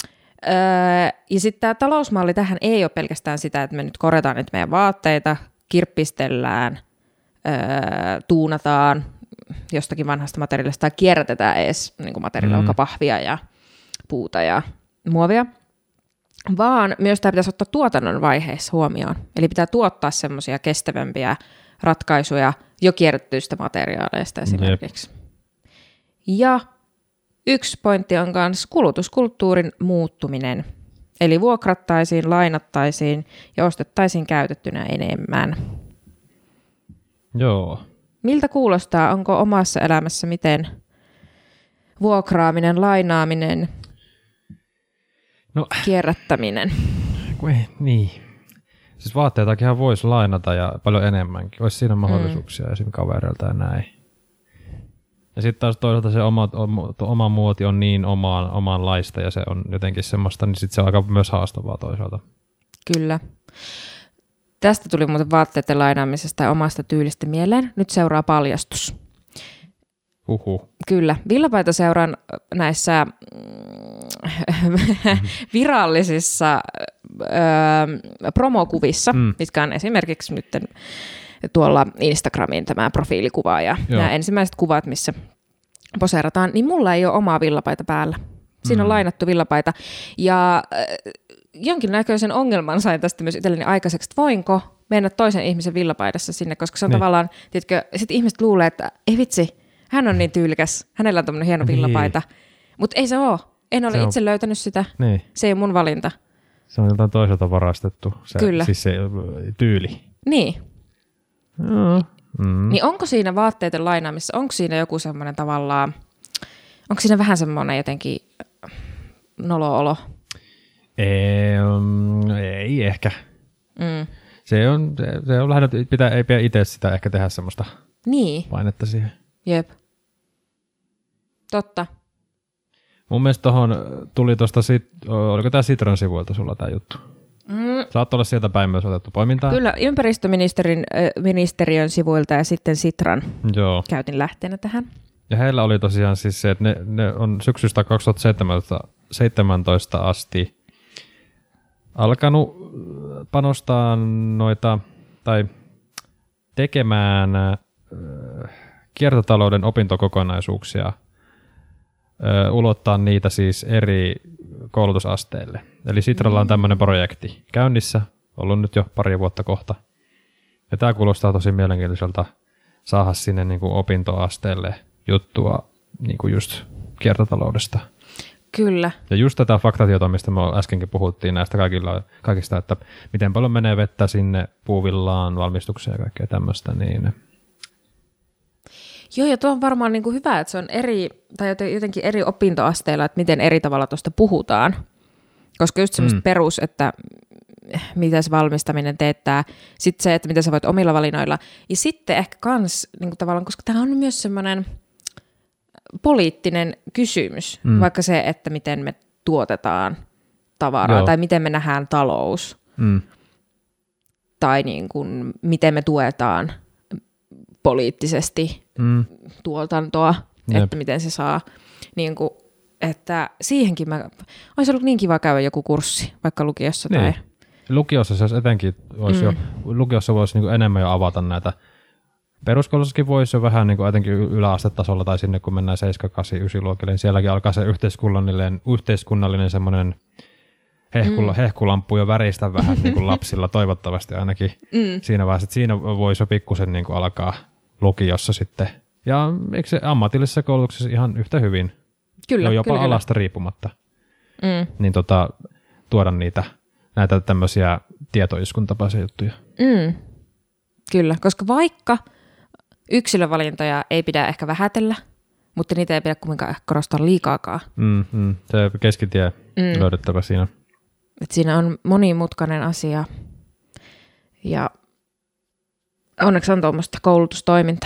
ja sitten tämä talousmalli tähän ei ole pelkästään sitä, että me nyt korjataan nyt meidän vaatteita, kirppistellään, öö, tuunataan jostakin vanhasta materiaalista tai kierrätetään edes niin kuin materiaalia, mm. pahvia ja puuta ja muovia, vaan myös tämä pitäisi ottaa tuotannon vaiheessa huomioon. Eli pitää tuottaa semmoisia kestävämpiä ratkaisuja jo kierrätetyistä materiaaleista esimerkiksi. Jep. Ja yksi pointti on myös kulutuskulttuurin muuttuminen. Eli vuokrattaisiin, lainattaisiin ja ostettaisiin käytettynä enemmän. Joo. Miltä kuulostaa? Onko omassa elämässä miten vuokraaminen, lainaaminen, no, kierrättäminen? Ei, niin. Siis vaatteitakinhan voisi lainata ja paljon enemmänkin. Olisi siinä mahdollisuuksia mm. esim. Kavereilta ja näin. Ja sitten taas toisaalta se oma, oma muoti on niin omaan, omanlaista ja se on jotenkin semmoista, niin sitten se on aika myös haastavaa toisaalta. Kyllä. Tästä tuli muuten vaatteiden lainaamisesta ja omasta tyylistä mieleen. Nyt seuraa paljastus. Uhuh. Kyllä. Villapaitaseuran näissä virallisissa ö, promokuvissa, mm. mitkä on esimerkiksi nyt tuolla Instagramin tämä profiilikuva ja Joo. nämä ensimmäiset kuvat, missä poseerataan, niin mulla ei ole omaa villapaita päällä. Siinä mm. on lainattu villapaita. Ja jonkinnäköisen ongelman sain tästä myös itselleni aikaiseksi, että voinko mennä toisen ihmisen villapaidassa sinne, koska se on niin. tavallaan, tiedätkö, sitten ihmiset luulee, että ei vitsi, hän on niin tyylikäs, hänellä on tämmöinen hieno villapaita, niin. mutta ei se ole. En ole se itse on. löytänyt sitä, niin. se ei ole mun valinta. Se on jotain toiselta varastettu, se, Kyllä. siis se tyyli. Niin. No. Mm. Niin onko siinä vaatteiden lainaamissa, onko siinä joku semmoinen tavallaan, onko siinä vähän semmoinen jotenkin nolo-olo? Ei, um, ei ehkä. Mm. Se on, se, se on lähinnä, pitää, ei pidä itse sitä ehkä tehdä semmoista niin. painetta siihen. Jep. Totta. Mun mielestä tohon tuli tuosta, oliko tämä Sitran sivuilta sulla tämä juttu? Mm. Saat olla sieltä päin myös otettu poimintaa. Kyllä, ympäristöministeriön sivuilta ja sitten Sitran Joo. käytin lähteenä tähän. Ja heillä oli tosiaan siis se, että ne, ne on syksystä kaksituhattaseitsemäntoista asti alkanut panostaa noita, tai tekemään äh, kiertotalouden opintokokonaisuuksia, ulottaa niitä siis eri koulutusasteille. Eli Sitralla on tämmöinen projekti käynnissä, ollut nyt jo pari vuotta kohta. Ja tämä kuulostaa tosi mielenkiintoiselta saada sinne niin kuin opintoasteelle juttua niin kuin just kiertotaloudesta. Kyllä. Ja just tätä faktatietoa, mistä me äskenkin puhuttiin näistä kaikilla, kaikista, että miten paljon menee vettä sinne puuvillaan, valmistukseen ja kaikkea tämmöistä, niin... Joo, ja tuo on varmaan niin kuin hyvä, että se on eri, tai jotenkin eri opintoasteilla, että miten eri tavalla tuosta puhutaan. Koska just semmoista mm. perus, että miten se valmistaminen teettää, sitten se, että mitä sä voit omilla valinnoilla. Ja sitten ehkä kans, niin kuin tavallaan, koska tämä on myös semmoinen poliittinen kysymys, mm. vaikka se, että miten me tuotetaan tavaraa, Joo. tai miten me nähdään talous, mm. tai niin kuin, miten me tuetaan poliittisesti mm. tuotantoa, Jep. että miten se saa, niin kuin, että siihenkin mä, olisi ollut niin kiva käydä joku kurssi, vaikka lukiossa niin. tai... Lukiossa se etenkin olisi mm. jo, lukiossa voisi niin kuin enemmän jo avata näitä. Peruskoulussakin voisi jo vähän niin kuin etenkin yläastetasolla tai sinne, kun mennään seitsemän, kahdeksan, yhdeksän luokille, niin sielläkin alkaa se yhteiskunnallinen, yhteiskunnallinen semmoinen hehkula, mm. hehkulamppu jo väristä vähän niin kuin lapsilla toivottavasti ainakin mm. siinä vaiheessa, että siinä voisi jo pikkusen niin kuin alkaa lukiossa sitten. Ja eikö se ammatillisessa koulutuksessa ihan yhtä hyvin, kyllä, jo jopa kyllä, alasta kyllä. riippumatta, mm. niin tota, tuoda niitä, näitä tämmöisiä tietoiskuntapaisia juttuja. Mm. Kyllä, koska vaikka yksilövalintoja ei pidä ehkä vähätellä, mutta niitä ei pidä kumminkaan ehkä korostaa liikaakaan. Mm, mm. Se keskitie mm. löydettävä siinä. Et siinä on monimutkainen asia ja onneksi on tuommoista koulutustoimintaa.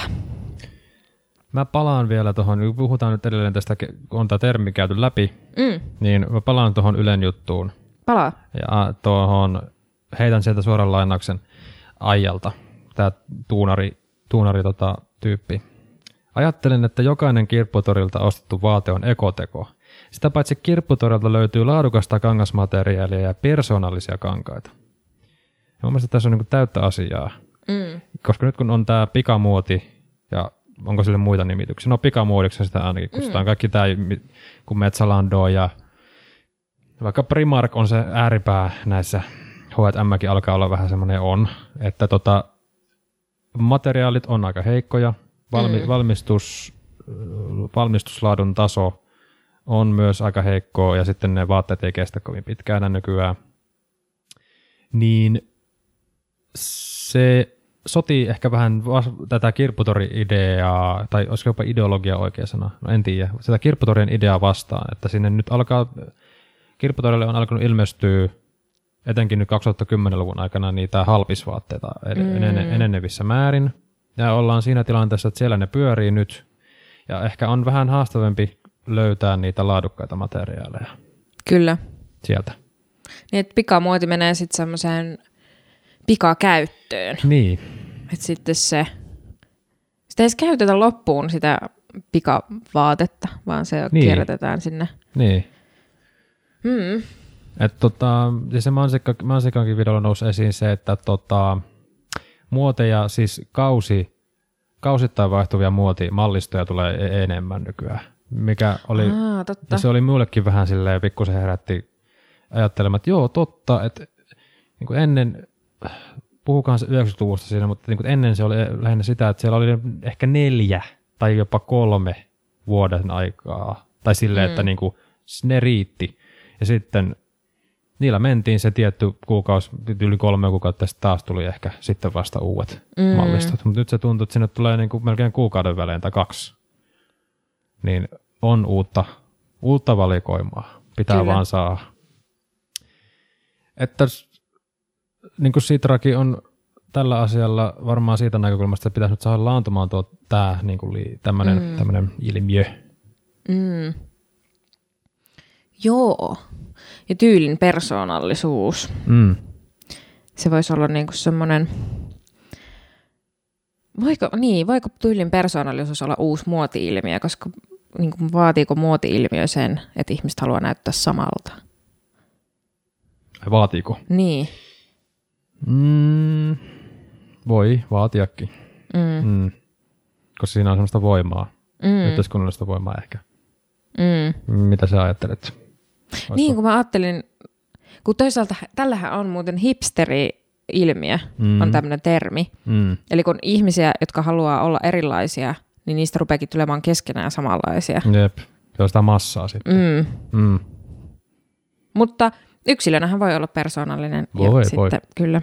Mä palaan vielä tuohon, kun puhutaan nyt edelleen tästä, on tämä termi käyty läpi, mm. niin mä palaan tuohon Ylen juttuun. Palaa. Ja tuohon, heitän sieltä suoran lainauksen Aijalta, tämä tuunari, tuunari tota, tyyppi. Ajattelen, että jokainen kirpputorilta ostettu vaate on ekoteko. Sitä paitsi kirpputorilta löytyy laadukasta kangasmateriaalia ja persoonallisia kankaita. Ja mun mielestä tässä on niin kuin täyttä asiaa. Mm. Koska nyt kun on tämä pikamuoti, ja onko sille muita nimityksiä? No pikamuodiksi sitä ainakin kutsutaan. Mm. Kaikki tämä, kun Metsälando ja vaikka Primark on se ääripää näissä, H and M:kin alkaa olla vähän semmoinen on, että tota, materiaalit on aika heikkoja, valmi, mm. valmistus, valmistuslaadun taso on myös aika heikkoa ja sitten ne vaatteet ei kestä kovin pitkään nykyään. Niin se sotii ehkä vähän tätä kirpputori-ideaa, tai olisiko jopa ideologia oikea sana, no en tiedä, sitä kirpputorien ideaa vastaan, että sinne nyt alkaa, kirpputorille on alkanut ilmestyä etenkin nyt kaksituhattakymmenluvun aikana niitä halpisvaatteita mm. enenevissä määrin, ja ollaan siinä tilanteessa, että siellä ne pyörii nyt, ja ehkä on vähän haastavampi löytää niitä laadukkaita materiaaleja. Kyllä. Sieltä. Niin, että pikamuoti menee sitten semmoiseen pikakäyttöön. Niin. Että sitten se, sitä ei edes käytetä loppuun sitä pikavaatetta, vaan se niin. kierrätetään sinne. Niin. Mm. Että tota, ja se mansikka, mansikankin videolla nousi esiin se, että tota, muoteja, siis kausi, kausittain vaihtuvia muotimallistoja tulee enemmän nykyään. Mikä oli, Aa, totta. Ja se oli mullekin vähän silleen, pikkusen herätti ajattelemaan, että joo, totta, että niin kuin ennen, puhukaan se yhdeksänkymmentäluvusta siinä, mutta niin kuin ennen se oli lähinnä sitä, että siellä oli ehkä neljä tai jopa kolme vuoden aikaa, tai silleen, mm. että niin kuin ne riitti. Ja sitten niillä mentiin se tietty kuukausi, yli kolme kuukautta, ja taas tuli ehkä sitten vasta uudet mm. mallistot. Mutta nyt se tuntuu, että sinne tulee niin kuin melkein kuukauden välein tai kaksi. Niin on uutta, uutta valikoimaa. Pitää Kyllä. vaan saada. Että niin kuin Sitrakin on tällä asialla varmaan siitä näkökulmasta, että pitäisi nyt saada laantumaan tuo tämä niin kuin tämmöinen mm. tämmöinen ilmiö. Mm. Joo. Ja tyylin persoonallisuus. Mm. Se voisi olla niinku semmoinen, voiko, niin, voiko tyylin persoonallisuus olla uusi muoti-ilmiö, koska niinku, vaatiiko muoti-ilmiö sen, että ihmiset haluaa näyttää samalta? Vaatiiko? Niin. Mm, voi vaatiakin. Mm. Mm. Koska siinä on semmoista voimaa, mm. yhteiskunnallista voimaa ehkä. Mm. Mitä sä ajattelet? Olisiko? Niin, kun mä ajattelin, kun toisaalta tällähän on muuten hipsteri-ilmiö, mm. on tämmöinen termi. Mm. Eli kun ihmisiä, jotka haluaa olla erilaisia, niin niistä rupeakin tulemaan keskenään samanlaisia. Jep, se on sitä massaa sitten. Mm. Mm. Mutta yksilönähän voi olla persoonallinen. Voi, ja voi. Sitten, kyllä.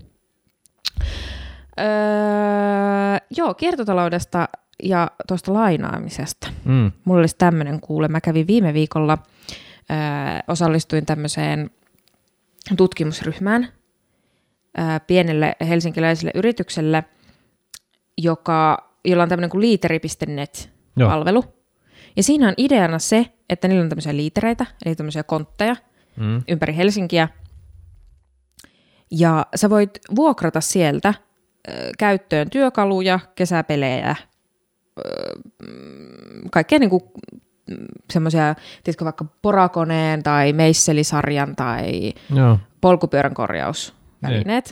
Öö, joo, kiertotaloudesta ja tuosta lainaamisesta. Mm. Mulla olisi tämmöinen kuule. Mä kävin viime viikolla, ö, osallistuin tämmöiseen tutkimusryhmään ö, pienelle helsinkiläiselle yritykselle, joka, jolla on tämmöinen kuin liiteri piste net-palvelu. Joo. Ja siinä on ideana se, että niillä on tämmöisiä liitereitä, eli tämmöisiä kontteja mm. ympäri Helsinkiä. Ja sä voit vuokrata sieltä ö, käyttöön työkaluja, kesäpelejä, kaikkea niin kuin semmoisia, tiedätkö, vaikka porakoneen tai meisselisarjan tai Joo. polkupyörän korjausvälineet.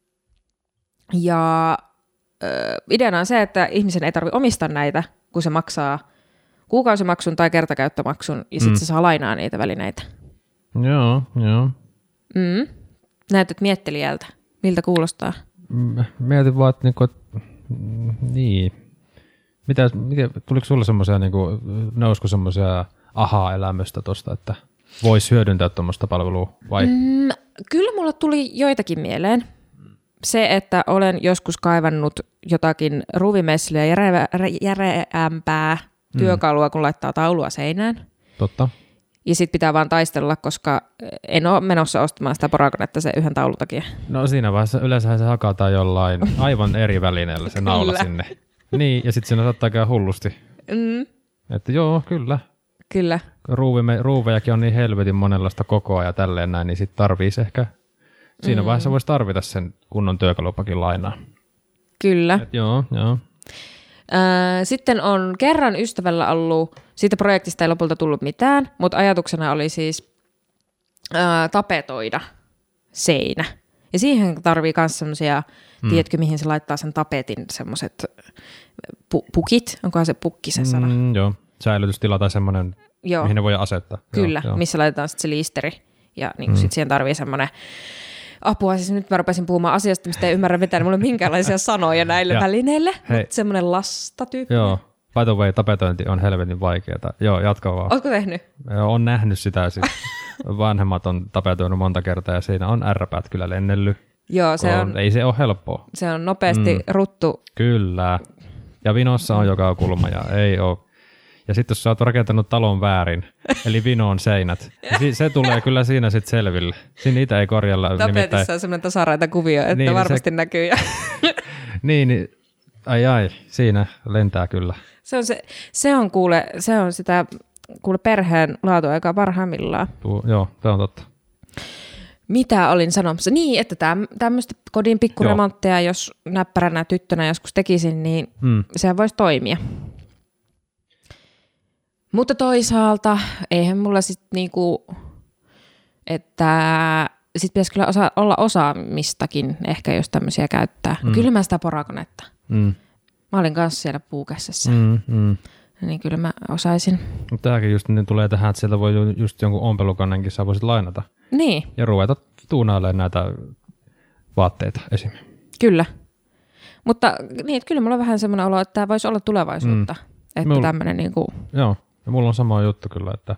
Ei. Ja ö, ideana on se, että ihmisen ei tarvitse omistaa näitä, kun se maksaa kuukausimaksun tai kertakäyttömaksun ja sitten mm. se saa lainaa niitä välineitä. Joo, joo. Mm. Näytät miettelijältä. Miltä kuulostaa? Mietin vaan, että niinku, niin. Mitä, mitä, tuliko sulle semmoisia, niin nousko semmoisia aha-elämystä tuosta, että voisi hyödyntää tuommoista palvelua vai? Mm, kyllä mulla tuli joitakin mieleen. Se, että olen joskus kaivannut jotakin ruuvimessiä ja järeämpää mm. työkalua, kun laittaa taulua seinään. Totta. Ja sit pitää vaan taistella, koska en ole menossa ostamaan sitä porakonetta sen yhden taulun takia. No siinä vaiheessa yleensähän se hakataan jollain aivan eri välineellä se naula sinne. Niin, ja sitten siinä saattaa käydä hullusti. Mm. Että joo, kyllä. Kyllä. Ruuvime, ruuvejakin on niin helvetin monenlaista kokoa ja tälleen näin, niin sitten tarvitsisi ehkä, siinä mm. vaiheessa voisi tarvita sen kunnon työkalupakin lainaa. Kyllä. Et joo, joo. Sitten on kerran ystävällä ollut, siitä projektista ei lopulta tullut mitään, mutta ajatuksena oli siis ää, tapetoida seinä. Ja siihen tarvii myös semmoisia, mm. tiedätkö mihin se laittaa sen tapetin, semmoiset pu- pukit, onkohan se pukki se sana? Mm, joo, säilytystila tai semmoinen, joo. mihin ne voi asettaa. Kyllä, joo, missä laitetaan sitten se liisteri. Ja niin mm. sitten siihen tarvii semmoinen apua, siis nyt mä rupesin puhumaan asiasta, mistä ei ymmärrä mitään, niin mulla ei ole minkäänlaisia sanoja näille välineille, mutta semmoinen lastatyyppi. Joo, by the way, tapetointi on helvetin vaikeaa. Joo, jatka vaan. Ootko tehnyt? Olen nähnyt sitä, siis vanhemmat on tapetoinut monta kertaa ja siinä on ärräpäät kyllä lennellyt. Joo, se on, ei se ole helppoa. Se on nopeasti mm. ruttu. Kyllä, ja vinossa on joka kulma ja ei ole. Ja sitten jos sä oot rakentanut talon väärin, eli vinoon seinät, niin se tulee kyllä siinä sitten selville. Siinä niitä ei korjalla. Tapetissa nimittäin on semmoinen tasaraita kuvio, että niin, varmasti se näkyy. niin, niin, ai ai, siinä lentää kyllä. Se on, se, se on, kuule, se on sitä kuule perheen laatuaikaa parhaimmillaan. Tuo, joo, se on totta. Mitä olin sanomassa? Niin, että täm, tämmöistä kodin pikkuremontteja, jos näppäränä tyttönä joskus tekisin, niin hmm. sehän voisi toimia. Mutta toisaalta eihän mulla sitten niinku, että sit pitäisi kyllä osa, olla osaamistakin ehkä, jos tämmöisiä käyttää. Mm. Kyllä mä sitä porakonetta. Mm. Mä olin kanssa siellä puukessassa. Mm, mm. Niin kyllä mä osaisin. Mutta tämäkin just niin tulee tähän, että sieltä voi just jonkun ompelukannenkin sä voisit lainata. Niin. Ja ruveta tuunailemaan näitä vaatteita esim. Kyllä. Mutta niin, että kyllä mulla on vähän semmoinen olo, että tämä voisi olla tulevaisuutta. Mm. Että Mulla, tämmöinen niinku. Joo. Ja mulla on sama juttu kyllä, että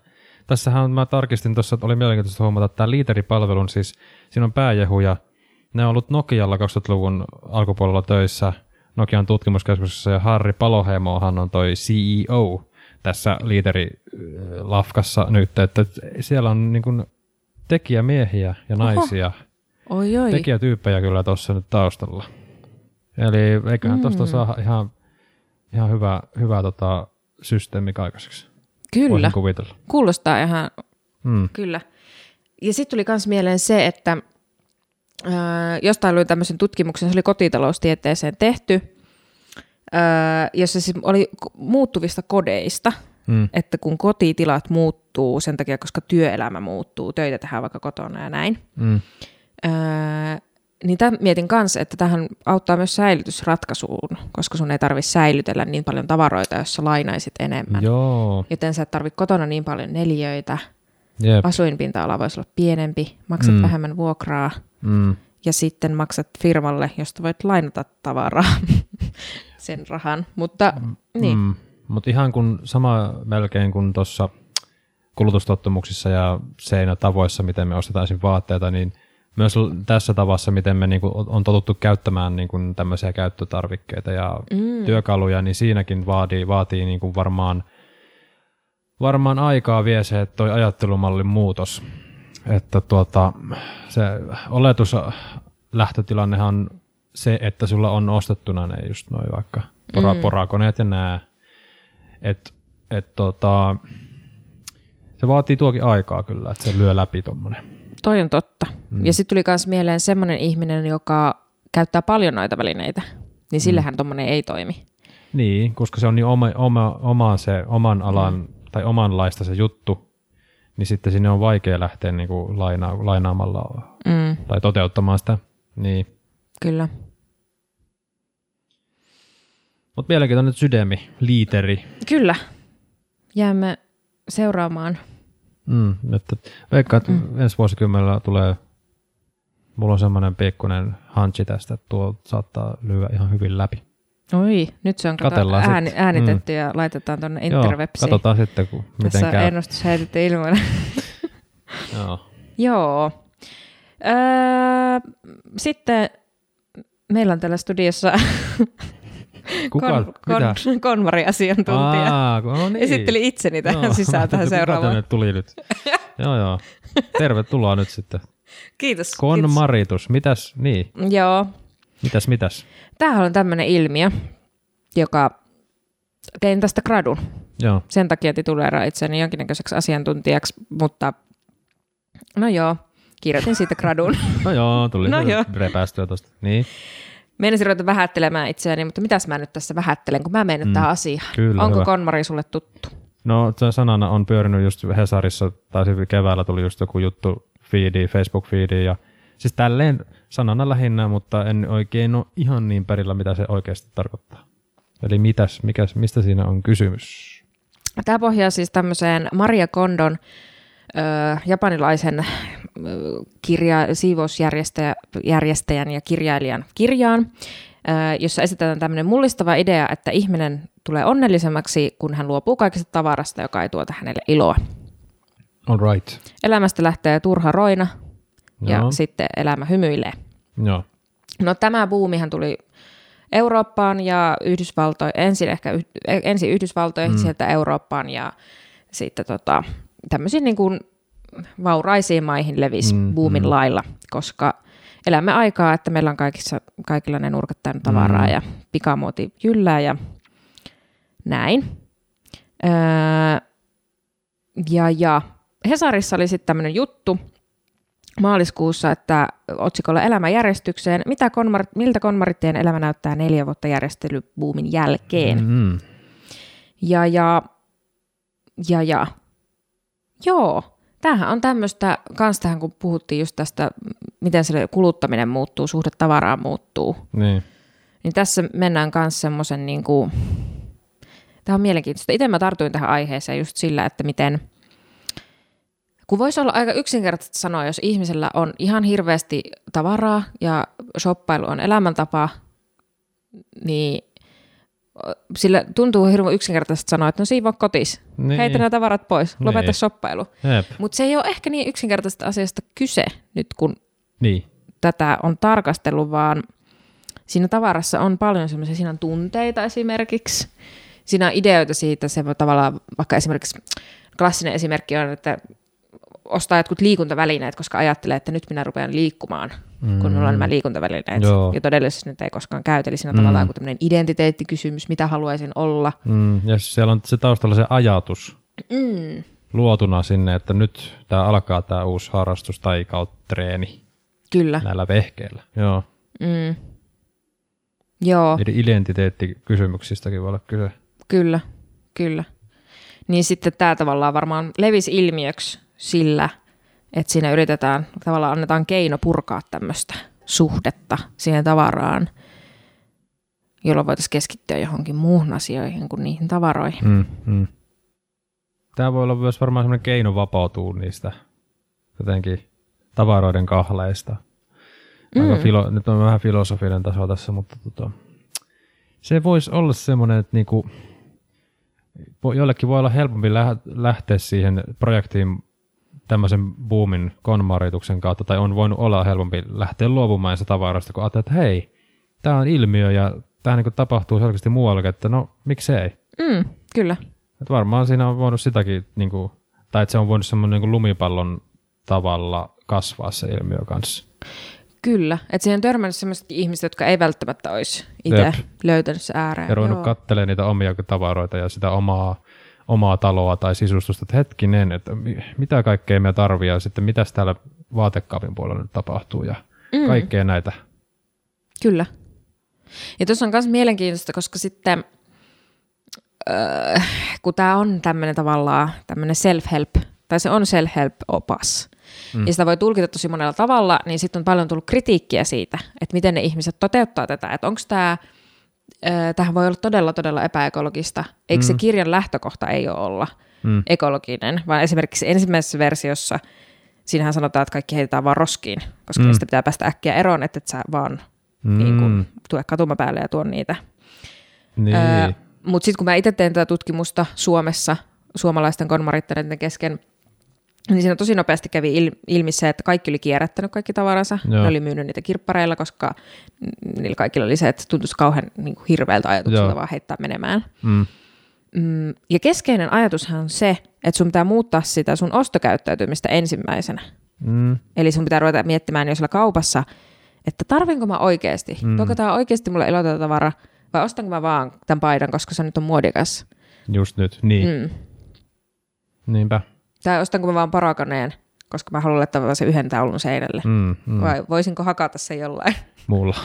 Tässähän mä tarkistin tuossa, että oli mielenkiintoista huomata, että tämä liiteripalvelun, siis siinä on pääjehuja. Ne on ollut Nokialla kaksituhattaluvun alkupuolella töissä Nokian tutkimuskeskuksessa, ja Harri Paloheimohan on toi C E O tässä liiterilafkassa nyt, että siellä on niin kuin tekijämiehiä ja naisia. Oho. Oi, oi. Tekijätyyppejä kyllä tuossa nyt taustalla. Eli eiköhän tuosta mm. saa ihan, ihan hyvä, hyvä tota, systeemi aikaiseksi. Kyllä. Voisin kuvitella. Kuulostaa ihan, mm. kyllä. Ja sitten tuli myös mieleen se, että äh, jostain luin tämmöisen tutkimuksen, se oli kotitaloustieteeseen tehty, äh, jossa siis oli muuttuvista kodeista, mm. että kun kotitilat muuttuu sen takia, koska työelämä muuttuu, töitä tehdään vaikka kotona ja näin, mm. äh, niin tämän mietin kanssa, että tähän auttaa myös säilytysratkaisuun, koska sun ei tarvitse säilytellä niin paljon tavaroita, jos sä lainaisit enemmän. Joo. Joten sä et tarvitse kotona niin paljon neliöitä. Jep. Asuinpinta-ala voisi olla pienempi, maksat mm. vähemmän vuokraa mm. ja sitten maksat firmalle, josta voit lainata tavaraa sen rahan. Mutta mm. niin. Mm. Mut ihan kun sama melkein kuin tuossa kulutustottumuksissa ja seinätavoissa, miten me ostetaan vaatteita, niin myös tässä tavassa, miten me niinku on totuttu käyttämään niinku tämmöisiä käyttötarvikkeita ja mm. työkaluja, niin siinäkin vaatii, vaatii niinku varmaan, varmaan aikaa vie se, että toi ajattelumallin muutos. Että tuota, se oletus lähtötilannehan on se, että sulla on ostettuna ne just noin vaikka pora, mm. porakoneet ja nää. Että et tota, se vaatii tuokin aikaa kyllä, että se lyö läpi tommonen. Toi on totta. Mm. Ja sitten tuli myös mieleen semmoinen ihminen, joka käyttää paljon noita välineitä, niin sillähän mm. tommonen ei toimi. Niin, koska se on niin oma, oma, oma se, oman alan mm. tai omanlaista se juttu, niin sitten sinne on vaikea lähteä niinku laina, lainaamalla mm. tai toteuttamaan sitä. Niin. Kyllä. Mutta mielenkiintoinen sydämi, liiteri. Kyllä. Jäämme seuraamaan. Mm, että veikkaan, että mm. ensi vuosikymmenellä tulee, mulla on semmoinen pikkuinen hanchi tästä, että tuo saattaa lyödä ihan hyvin läpi. Oi, nyt se on kato, ääni, äänitetty mm. ja laitetaan tuonne interwebsiin. Joo, katsotaan sitten, kun, miten tässä käy. Tässä ennustus heitetty ilmoille. Joo. Joo. Öö, sitten meillä on täällä studiossa Kuka? Kon, kon, konmari-asiantuntija. Aa, no niin. Esitteli itseni tähän no, sisään tähän seuraavaan. Kuka tuli nyt? Joo, joo. Tervetuloa nyt sitten. Kiitos. Konmaritus. Kiitos. Mitäs? Niin. Joo. Mitäs, mitäs? Tämähän on tämmöinen ilmiö, joka tein tästä gradun. Joo. Sen takia tituleeraan itseäni jonkinnäköiseksi asiantuntijaksi, mutta no joo, kirjoitin siitä gradun. No joo, tuli no repäästyä tuosta. Niin. Meinasin ruveta vähättelemään itseäni, mutta mitäs mä nyt tässä vähättelen, kun mä menen mm, tähän asiaan. Kyllä, Onko hyvä. Konmari sulle tuttu? No sanana on pyörinyt just Hesarissa, tai keväällä tuli just joku juttu feedi, Facebook-feedi, ja siis tälleen sanana lähinnä, mutta en oikein ole ihan niin perillä, mitä se oikeasti tarkoittaa. Eli mitäs, mikäs, mistä siinä on kysymys? Tämä pohjaa siis tämmöiseen Maria Kondon ö, japanilaisen ö, kirja, siivousjärjestäjän ja kirjailijan kirjaan, ö, jossa esitetään tämmöinen mullistava idea, että ihminen tulee onnellisemmaksi, kun hän luopuu kaikesta tavarasta, joka ei tuota hänelle iloa. All right. Elämästä lähtee turha roina ja Joo. sitten elämä hymyilee. Joo. No tämä buumihan tuli Eurooppaan ja Yhdysvaltoihin, ensin ehkä ensin Yhdysvaltoihin, mm. sieltä Eurooppaan ja sitten tota, tämmöisiin niin kuin vauraisiin maihin levisi mm, buumin mm. lailla, koska elämme aikaa, että meillä on kaikissa, kaikilla ne nurkat täynnä tavaraa mm. ja pikamuoti jyllää ja näin. Öö, ja, ja Hesarissa oli sitten tämmöinen juttu maaliskuussa, että otsikolla Elämäjärjestykseen, mitä konmar- miltä konmarittien elämä näyttää neljä vuotta järjestelybuumin jälkeen. Mm-hmm. Ja, ja, ja, ja, joo, tämähän on tämmöistä, kans tähän kun puhuttiin just tästä, miten se kuluttaminen muuttuu, suhde tavaraan muuttuu. Niin. Niin tässä mennään kans semmoisen niin kuin, tämä on mielenkiintoista. Itse mä tartuin tähän aiheeseen just sillä, että miten, kun voisi olla aika yksinkertaisesti sanoa, jos ihmisellä on ihan hirveästi tavaraa ja shoppailu on elämäntapa, niin Sillä tuntuu hirveän yksinkertaisesti sanoa, että no siivoo kotis, niin. Heitä nämä tavarat pois, lopeta niin. shoppailu. Mutta se ei ole ehkä niin yksinkertaisesta asiasta kyse nyt, kun niin. tätä on tarkastellut, vaan siinä tavarassa on paljon semmoisia, siinä on tunteita esimerkiksi, siinä on ideoita siitä, se voi tavallaan, vaikka esimerkiksi klassinen esimerkki on, että ostaa jotkut liikuntavälineet, koska ajattelee, että nyt minä rupean liikkumaan, mm. kun minulla on nämä liikuntavälineet. Joo. Ja todellisuudessa nyt ei koskaan käytä. Eli siinä on mm. tavallaan joku tämmöinen identiteettikysymys, mitä haluaisin olla. Mm. Ja siellä on se taustalla se ajatus mm. luotuna sinne, että nyt tämä alkaa tämä uusi harrastus tai kautta treeni. Kyllä. Näillä vehkeillä. Joo. Mm. Joo. Eli identiteettikysymyksistäkin voi olla kyse. Kyllä, kyllä. Niin sitten tämä tavallaan varmaan levisi ilmiöksi sillä, että siinä yritetään, tavallaan annetaan keino purkaa tämmöistä suhdetta siihen tavaraan, jolloin voitaisiin keskittyä johonkin muuhun asioihin kuin niihin tavaroihin. Mm, mm. Tämä voi olla myös varmaan semmoinen keino vapautua niistä jotenkin tavaroiden kahleista. Mm. Filo, nyt on vähän filosofinen taso tässä, mutta tota, se voisi olla semmoinen, että niinku, joillekin voi olla helpompi lähteä siihen projektiin tämmöisen boomin konmarituksen kautta, tai on voinut olla helpompi lähteä luopumaan sitä tavarasta, kun ajattelee, että hei, tämä on ilmiö ja tämä niin tapahtuu selkeästi muuallakin, että no miksei. Mm, kyllä. Että varmaan siinä on voinut sitäkin, niin kuin, tai että se on voinut semmoinen niin lumipallon tavalla kasvaa se ilmiö kanssa. Kyllä, että siihen on törmännyt sellaiset ihmiset, jotka ei välttämättä olisi itse löytänyt se ääreen. Ja ruvennut katselemaan niitä omia tavaroita ja sitä omaa, omaa taloa tai sisustusta, että hetkinen, että mitä kaikkea me tarvii ja sitten mitäs täällä vaatekaapin puolella nyt tapahtuu ja mm. kaikkea näitä. Kyllä. Ja tuossa on myös mielenkiintoista, koska sitten äh, kun tämä on tämmöinen tavallaan tämmöinen self-help, tai se on self-help-opas, mm. ja sitä voi tulkita tosi monella tavalla, niin sitten on paljon tullut kritiikkiä siitä, että miten ne ihmiset toteuttaa tätä, että onko tämä, tämähän voi olla todella, todella epäekologista, eikö mm. se kirjan lähtökohta ei ole olla mm. ekologinen, vaan esimerkiksi ensimmäisessä versiossa, siinähän sanotaan, että kaikki heitetään vaan roskiin, koska mm. niistä pitää päästä äkkiä eroon, että et sä vaan mm. niin kun, tue katumapäälle ja tuo niitä. Niin. Öö, mutta sitten kun mä itse teen tätä tutkimusta Suomessa, suomalaisten konmarittareiden kesken, niin siinä tosi nopeasti kävi ilmi se, että kaikki oli kierrättänyt kaikki tavaransa. Joo. Ne oli myynyt niitä kirppareilla, koska niillä kaikilla oli se, että tuntuisi kauhean niin kuin hirveältä ajatukselta Joo. vaan heittää menemään. Mm. Mm, ja keskeinen ajatushan on se, että sun pitää muuttaa sitä sun ostokäyttäytymistä ensimmäisenä. Mm. Eli sun pitää ruveta miettimään jo siellä kaupassa, että tarvinko mä oikeasti, mm. tuoko tämä oikeasti mulle elotetavara, vai ostanko mä vaan tämän paidan, koska se nyt on muodikas. Just nyt, niin. Mm. Niinpä. Tai ostanko mä vaan parakaneen, koska mä haluan laittaa se yhden taulun seinälle. Mm, mm. Vai voisinko hakata se jollain? Mulla.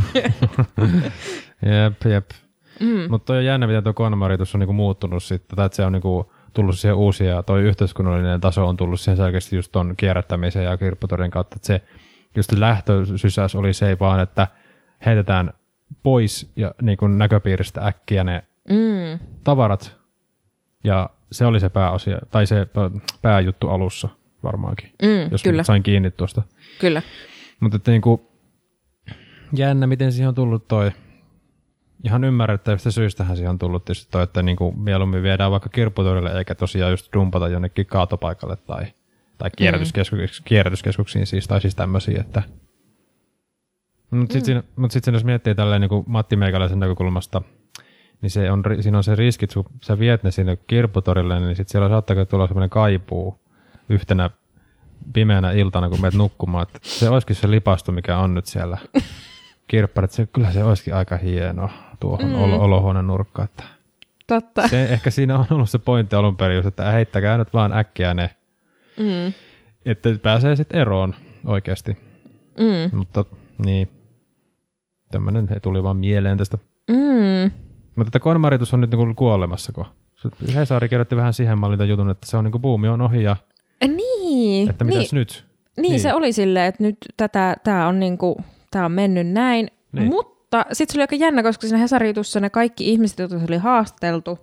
jep, jep. Mm. Mutta toi on jännä, miten tuo konmaritus on niinku muuttunut sitten. Tai että se on niinku tullut siihen uusia, toi yhteiskunnallinen taso on tullut siihen selkeästi just ton kierrättämisen ja kirpputorien kautta. Että se just lähtösysäys oli se vaan, että heitetään pois ja niinku näköpiiristä äkkiä ne mm. tavarat. Ja se oli se pääasia, tai se pääjuttu alussa varmaankin, mm, jos kyllä. sain kiinni tuosta. Kyllä. Mutta että niinku, jännä, miten siihen on tullut toi, ihan ymmärrettävistä syistähän siihen on tullut tietysti toi, että niinku mieluummin viedään vaikka kirpputorille, eikä tosiaan just dumpata jonnekin kaatopaikalle tai, tai kierrätyskeskuksiin, mm. kierrätyskeskuksiin siis, tai siis tämmöisiä, että... Mutta sitten mm. mut sit jos miettii tälleen niinku Matti Meikäläisen näkökulmasta, niin se on, siinä on se riski, että sä viet ne sinne kirpputorille, niin sitten siellä saattaa tulla semmoinen kaipuu yhtenä pimeänä iltana, kun menet nukkumaan. Että se olisikin se lipasto, mikä on nyt siellä kirpparit. Se, kyllä se olisikin aika hieno tuohon mm. olo- olohuoneen nurkkaan. Totta. Se, ehkä siinä on ollut se pointti alun perin, että heittäkää nyt vaan äkkiä ne, mm. että pääsee sitten eroon oikeasti. Mm. Mutta niin, tämmöinen tuli vaan mieleen tästä. Mm. Mutta tämä konmaritus on nyt niinku kuolemassako? Hesari kirjoitti vähän siihen mallinta jutun, että se on niinku buumi on ohi ja... Niin. Että mitäs niin, nyt? Niin, niin, se oli silleen, että nyt tätä, tää on niinku, tää on mennyt näin. Niin. Mutta sitten se oli aika jännä, koska siinä Hesari-jutussa ne kaikki ihmiset, joita se oli haasteltu,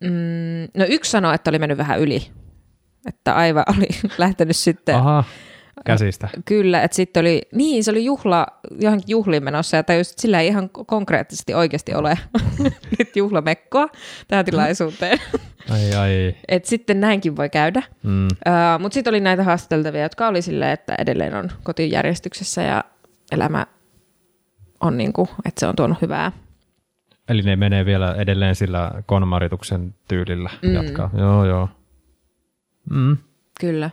mm, no yksi sanoi, että oli mennyt vähän yli. Että aivan oli lähtenyt sitten... Aha. käsistä. Kyllä, että sitten oli, niin se oli juhla, johonkin juhliin menossa, ja tajusin, että sillä ei ihan konkreettisesti oikeasti ole nyt juhlamekkoa tähän tilaisuuteen. Ai ai. Että sitten näinkin voi käydä. Mm. Uh, mutta sitten oli näitä haastateltavia, jotka oli silleen, että edelleen on kotijärjestyksessä ja elämä on niin kuin, että se on tuonut hyvää. Eli ne menee vielä edelleen sillä konmarituksen tyylillä mm. jatkaa. Joo, joo. Mm. Kyllä.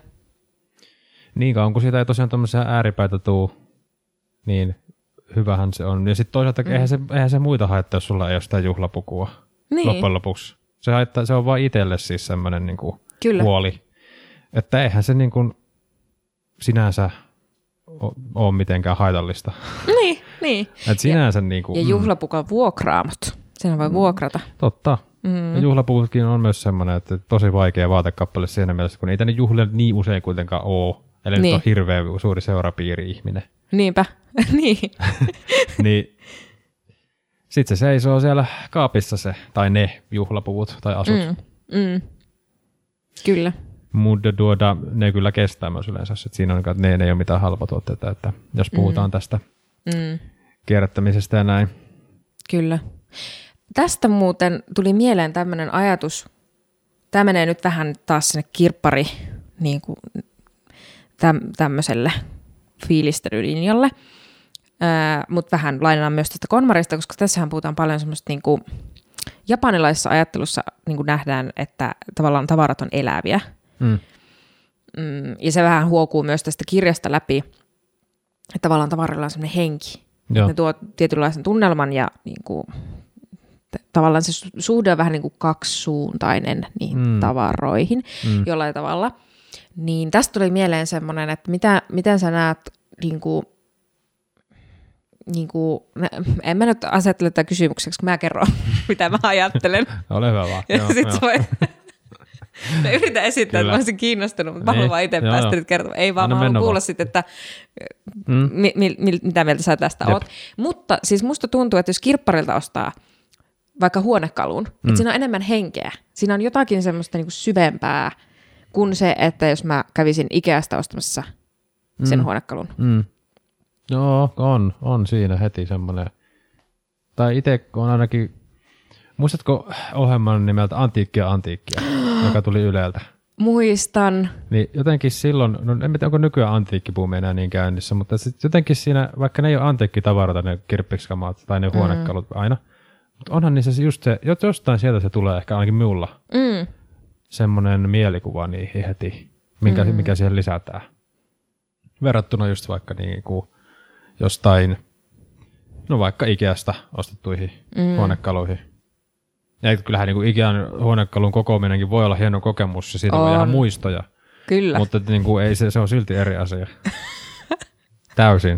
Niin kauan, kun siitä ei tosiaan tuommoisia ääripäitä tuu, niin hyvähän se on. Ja sitten toisaalta mm. eihän, se, eihän se muita haittaa, jos sulla ei ole sitä juhlapukua niin. Loppujen lopuksi. Se, haittaa, se on vaan itselle siis semmoinen niinku huoli. Että eihän se niinku sinänsä ole mitenkään haitallista. Niin, niin. Et sinänsä ja, niinku, ja juhlapukan vuokraamot. Siinä voi vuokrata. Totta. Mm. Ja juhlapukutkin on myös semmoinen, että tosi vaikea vaatekappale siinä mielessä, kun niitä juhlia niin usein kuitenkaan ole. Eli niin. Nyt on hirveän suuri seurapiiri ihminen. Niinpä, niin. Niin sitten se seisoo siellä kaapissa se, tai ne juhlapuvut tai asut. Mm. Mm. Kyllä. Mutta tuoda, ne kyllä kestää myös yleensä. Että siinä on, että ne, ne ei ole mitään halpatuotteita, että jos puhutaan mm. tästä mm. kierrättämisestä ja näin. Kyllä. Tästä muuten tuli mieleen tämmöinen ajatus, tämä menee nyt vähän taas sinne kirppari niin kuin täm, tämmöiselle fiilistelylinjalle, äh, mutta vähän lainaan myös tästä KonMarista, koska tässähän puhutaan paljon semmoista niin kuin japanilaisessa ajattelussa niin kuin nähdään, että tavallaan tavarat on eläviä. Mm. Mm, ja se vähän huokuu myös tästä kirjasta läpi, että tavallaan tavarilla on semmoinen henki. Ne tuo tietynlaisen tunnelman ja niin kuin, tavallaan se suhde on vähän niin kuin kaksisuuntainen niihin mm. tavaroihin mm. jollain tavalla. Niin tästä tuli mieleen semmoinen, että mitä, miten sä näet, niin kuin, niin kuin, en mä nyt asettele tätä kysymykseksi, kun mä kerron, mitä mä ajattelen. Ole hyvä vaan. Ja sit voi... Mä yritän esittää, Kyllä. että mä olisin kiinnostunut, mutta niin. mä haluan vaan itse joo, päästä nyt kertomaan. Ei vaan, Anna mä haluan kuulla sitten, että mm. mi, mi, mi, mitä mieltä sä tästä Jep. oot. Mutta siis musta tuntuu, että jos kirpparilta ostaa vaikka huonekalun, mm. että siinä on enemmän henkeä. Siinä on jotakin semmoista niinku syvempää kuin se, että jos mä kävisin Ikeasta ostamassa sen mm. huonekalun. Mm. Joo, on, on siinä heti semmoinen. Tai itse on ainakin... Muistatko ohjelman nimeltä Antiikkia Antiikkia, joka tuli Yleltä? Muistan. Niin jotenkin silloin, no en tiedä onko nykyään antiikkibuumi enää niin käynnissä, mutta sitten jotenkin siinä, vaikka ne ei ole antiikkitavaroita, ne kirppikskamat tai ne mm. huonekalut aina, mutta onhan niissä just se, jostain sieltä se tulee ehkä ainakin minulla, mm. semmoinen mielikuva niihin heti, minkä, mm. mikä siihen lisätään. Verrattuna just vaikka niin kuin jostain, no vaikka Ikeasta ostettuihin mm. huonekaluihin. Ja kyllähän niin kuin Ikean huonekalun kokoaminenkin voi olla hieno kokemus ja siitä on ihan muistoja. Kyllä. Mutta niin kuin ei se, se on silti eri asia. Täysin.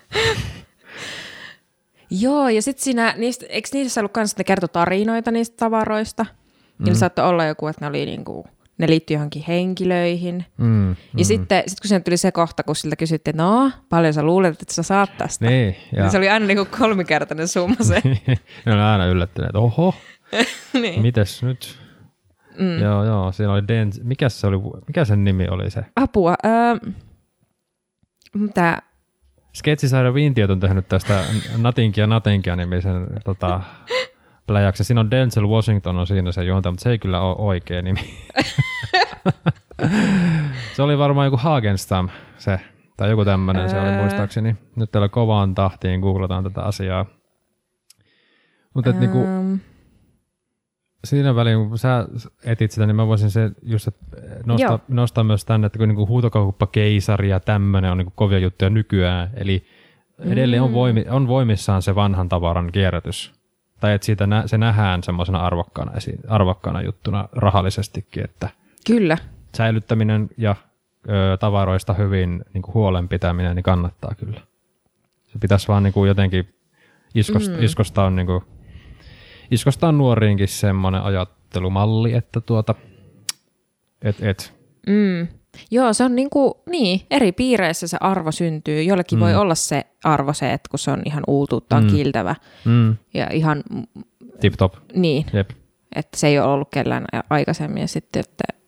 Joo, ja sitten siinä, niistä, eikö niissä ollut kans, että ne kertoi tarinoita niistä tavaroista? Mm. Niillä saattoi olla joku, että ne oli niinku, ne liittyi johonkin henkilöihin. Mm. Ja mm. sitten sit kun siinä tuli se kohta, kun siltä kysyttiin, että no, paljon sä luulet, että sä saat tästä? Niin, niin se oli aina niinku kolmikertainen summa se. Ne on aina yllättyneet, että oho. Niin. Mites nyt? Mm. Joo, joo, siinä oli Denzel. Mikä se oli? Mikä sen nimi oli se? Apua. Öö, mitä? Sketsisarja Vintiöt on tehnyt tästä Natinkia Natinkia nimisen tota, pläjäksi. Siinä on Denzel Washington on siinä se juontaja, mutta se ei kyllä ole oikea nimi. Se oli varmaan joku Hagenstam se, tai joku tämmöinen öö. se oli muistaakseni. Nyt täällä kovaan tahtiin googlataan tätä asiaa. Mutta öö. niinku... Siinä väliin, kun sä etit sitä, niin mä voisin se just nostaa, nostaa myös tänne, että kun niinku huutokauppakeisari ja tämmöinen on niinku kovia juttuja nykyään. Eli mm. edelleen on, voimi, on voimissaan se vanhan tavaran kierrätys. Tai että siitä nä, se nähdään semmoisena arvokkaana, arvokkaana juttuna rahallisestikin. Että Kyllä. Säilyttäminen ja ö, tavaroista hyvin niinku huolen pitäminen niin kannattaa kyllä. Se pitäisi vaan niinku jotenkin iskosta, mm. iskostaa niinku... Iskostaan nuoriinkin semmoinen ajattelumalli, että tuota, et, et. Mm. Joo, se on niinku, niin, eri piireissä se arvo syntyy. Jollekin mm. voi olla se arvo se, että kun se on ihan uutuuttaan mm. kiiltävä mm. ja ihan... Tip top. Niin, Jep. että se ei ole ollut kellään aikaisemmin ja sitten, että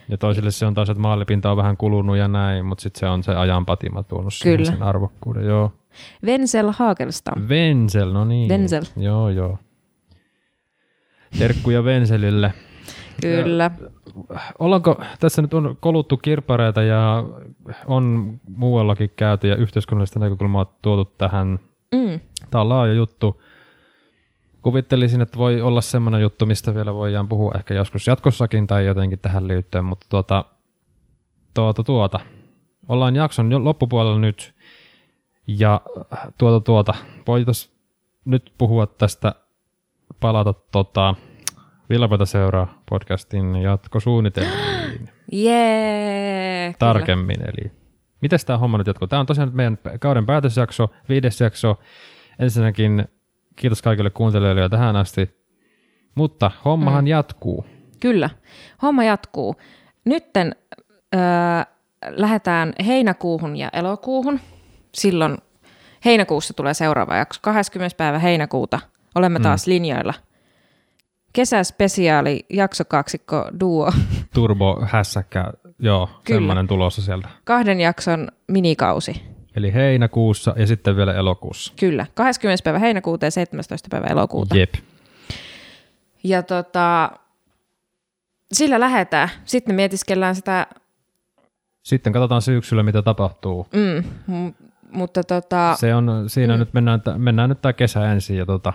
Ja toisille se on taas, että maalipinta on vähän kulunut ja näin, mutta sitten se on se ajan patima tuonut siihen sen arvokkuuden. Joo. Wenzel Hagelstam. Wenzel, no niin. Wenzel. Joo, joo. Terkkuja Wenzelille. Kyllä. Ja, ollaanko, tässä nyt on koluttu kirppareita ja on muuallakin käyty ja yhteiskunnallista näkökulmaa tuotu tähän. Mm. Tämä on laaja juttu. Kuvittelisin, että voi olla semmoinen juttu, mistä vielä voidaan puhua ehkä joskus jatkossakin tai jotenkin tähän liittyen, mutta tuota, tuota, tuota. Ollaan jakson jo loppupuolella nyt ja tuota, tuota. Voitaisiin nyt puhua tästä, palata tota, Villapöytä seuraa podcastin jatkosuunnitelmiin. Jee! Tarkemmin, kyllä. Eli miten tämä homma nyt jatkuu? Tämä on tosiaan meidän kauden päätösjakso, viides jakso. Ensinnäkin kiitos kaikille kuuntelijoille jo tähän asti, mutta hommahan mm. jatkuu. Kyllä, homma jatkuu. Nytten öö, lähdetään heinäkuuhun ja elokuuhun. Silloin heinäkuussa tulee seuraava jakso. kahdeskymmenes päivä heinäkuuta olemme taas mm. linjoilla. Kesäspesiaali, jakso kaksikko, duo. Turbo, hässäkkä, joo, kyllä. Semmoinen tulossa sieltä. Kahden jakson minikausi. Eli heinäkuussa ja sitten vielä elokuussa. Kyllä, kahdeskymmenes päivä heinäkuuta ja seitsemästoista päivä elokuuta. Jep. Ja tota, sillä lähdetään. Sitten mietiskellään sitä. Sitten katsotaan syksyllä, mitä tapahtuu. Mm, m- mutta tota. Se on, siinä mm. nyt mennään, mennään nyt tämä kesä ensin ja tota.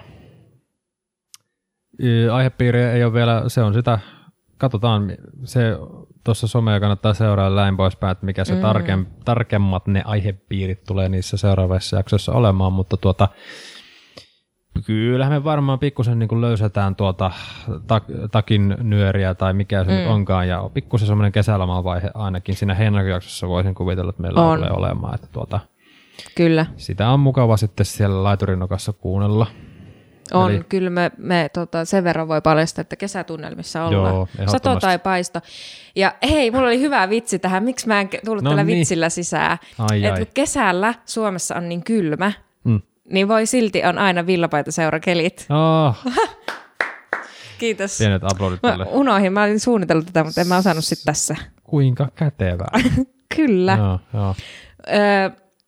Aihepiiri ei ole vielä, se on sitä, katsotaan, se tuossa somea kannattaa seurata läin poispäin, että mikä se mm. tarkem, tarkemmat ne aihepiirit tulee niissä seuraavissa jaksoissa olemaan, mutta tuota, kyllähän me varmaan pikkusen niin kuin löysätään tuota tak, takin nyöriä tai mikä se mm. nyt onkaan, ja pikkusen semmoinen kesälomavaihe ainakin siinä heinäkuujaksossa voisin kuvitella, että meillä on. tulee olemaan, että tuota, kyllä. Sitä on mukava sitten siellä laiturinokassa kuunnella. On, Eli kyllä me, me tota, sen verran voi paljastaa, että kesätunnelmissa ollaan. Joo, sato tai paisto. Ja hei, mulla oli hyvä vitsi tähän, miksi mä en tullut no tällä niin. vitsillä sisään. Että kesällä Suomessa on niin kylmä, mm. niin voi silti on aina villapaitaseurakelit. Oh. Kiitos. Pienet aplodit tälle. Mä unohdin, mä olin suunnitellut tätä, mutta en mä osannut sitten tässä. Kuinka kätevää. Kyllä. Joo, joo. Öö,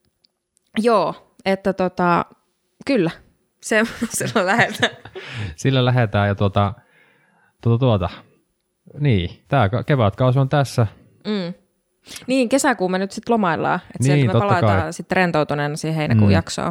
joo, että tota, kyllä. Se, sillä lähdetään. Sillä lähdetään ja tuota, tuota, tuota. Niin, tämä kevätkausi on tässä. Mm. Niin, kesäkuun me nyt sitten lomaillaan, että niin, sieltä me palataan sitten rentoutuneena siihen heinäkuun mm. jaksoon.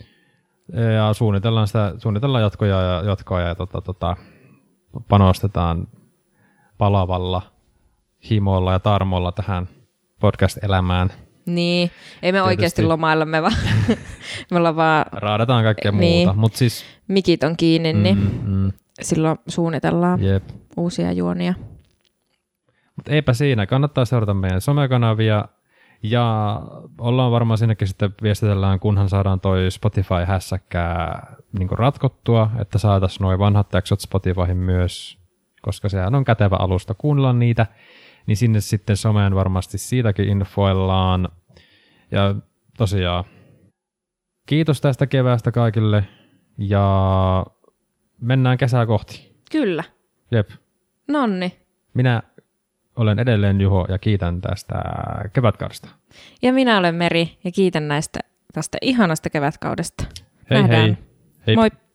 Ja suunnitellaan sitä, suunnitellaan jatkoja ja jatkoja ja tota, tota, panostetaan palavalla himolla ja tarmolla tähän podcast-elämään. Niin, ei me tietysti oikeasti lomailla, me, vaan, me ollaan vaan. Raadataan kaikkea niin, muuta. Mut siis, mikit on kiinni, niin mm, mm. silloin suunnitellaan Jep. uusia juonia. Mutta eipä siinä, kannattaa seurata meidän somekanavia ja ollaan varmaan sinnekin sitten viestitellään, kunhan saadaan toi Spotify-hässäkkää niin ratkottua, että saataisiin nuo vanhat jaksot Spotifyhin myös, koska sehän on kätevä alusta kuunnella niitä. Niin sinne sitten someen varmasti siitäkin infoillaan. Ja tosiaan, kiitos tästä keväästä kaikille ja mennään kesää kohti. Kyllä. Jep. Nonni. Minä olen edelleen Juho ja kiitän tästä kevätkaudesta. Ja minä olen Meri ja kiitän näistä tästä ihanasta kevätkaudesta. Hei Nähdään. hei. Hei. Moi.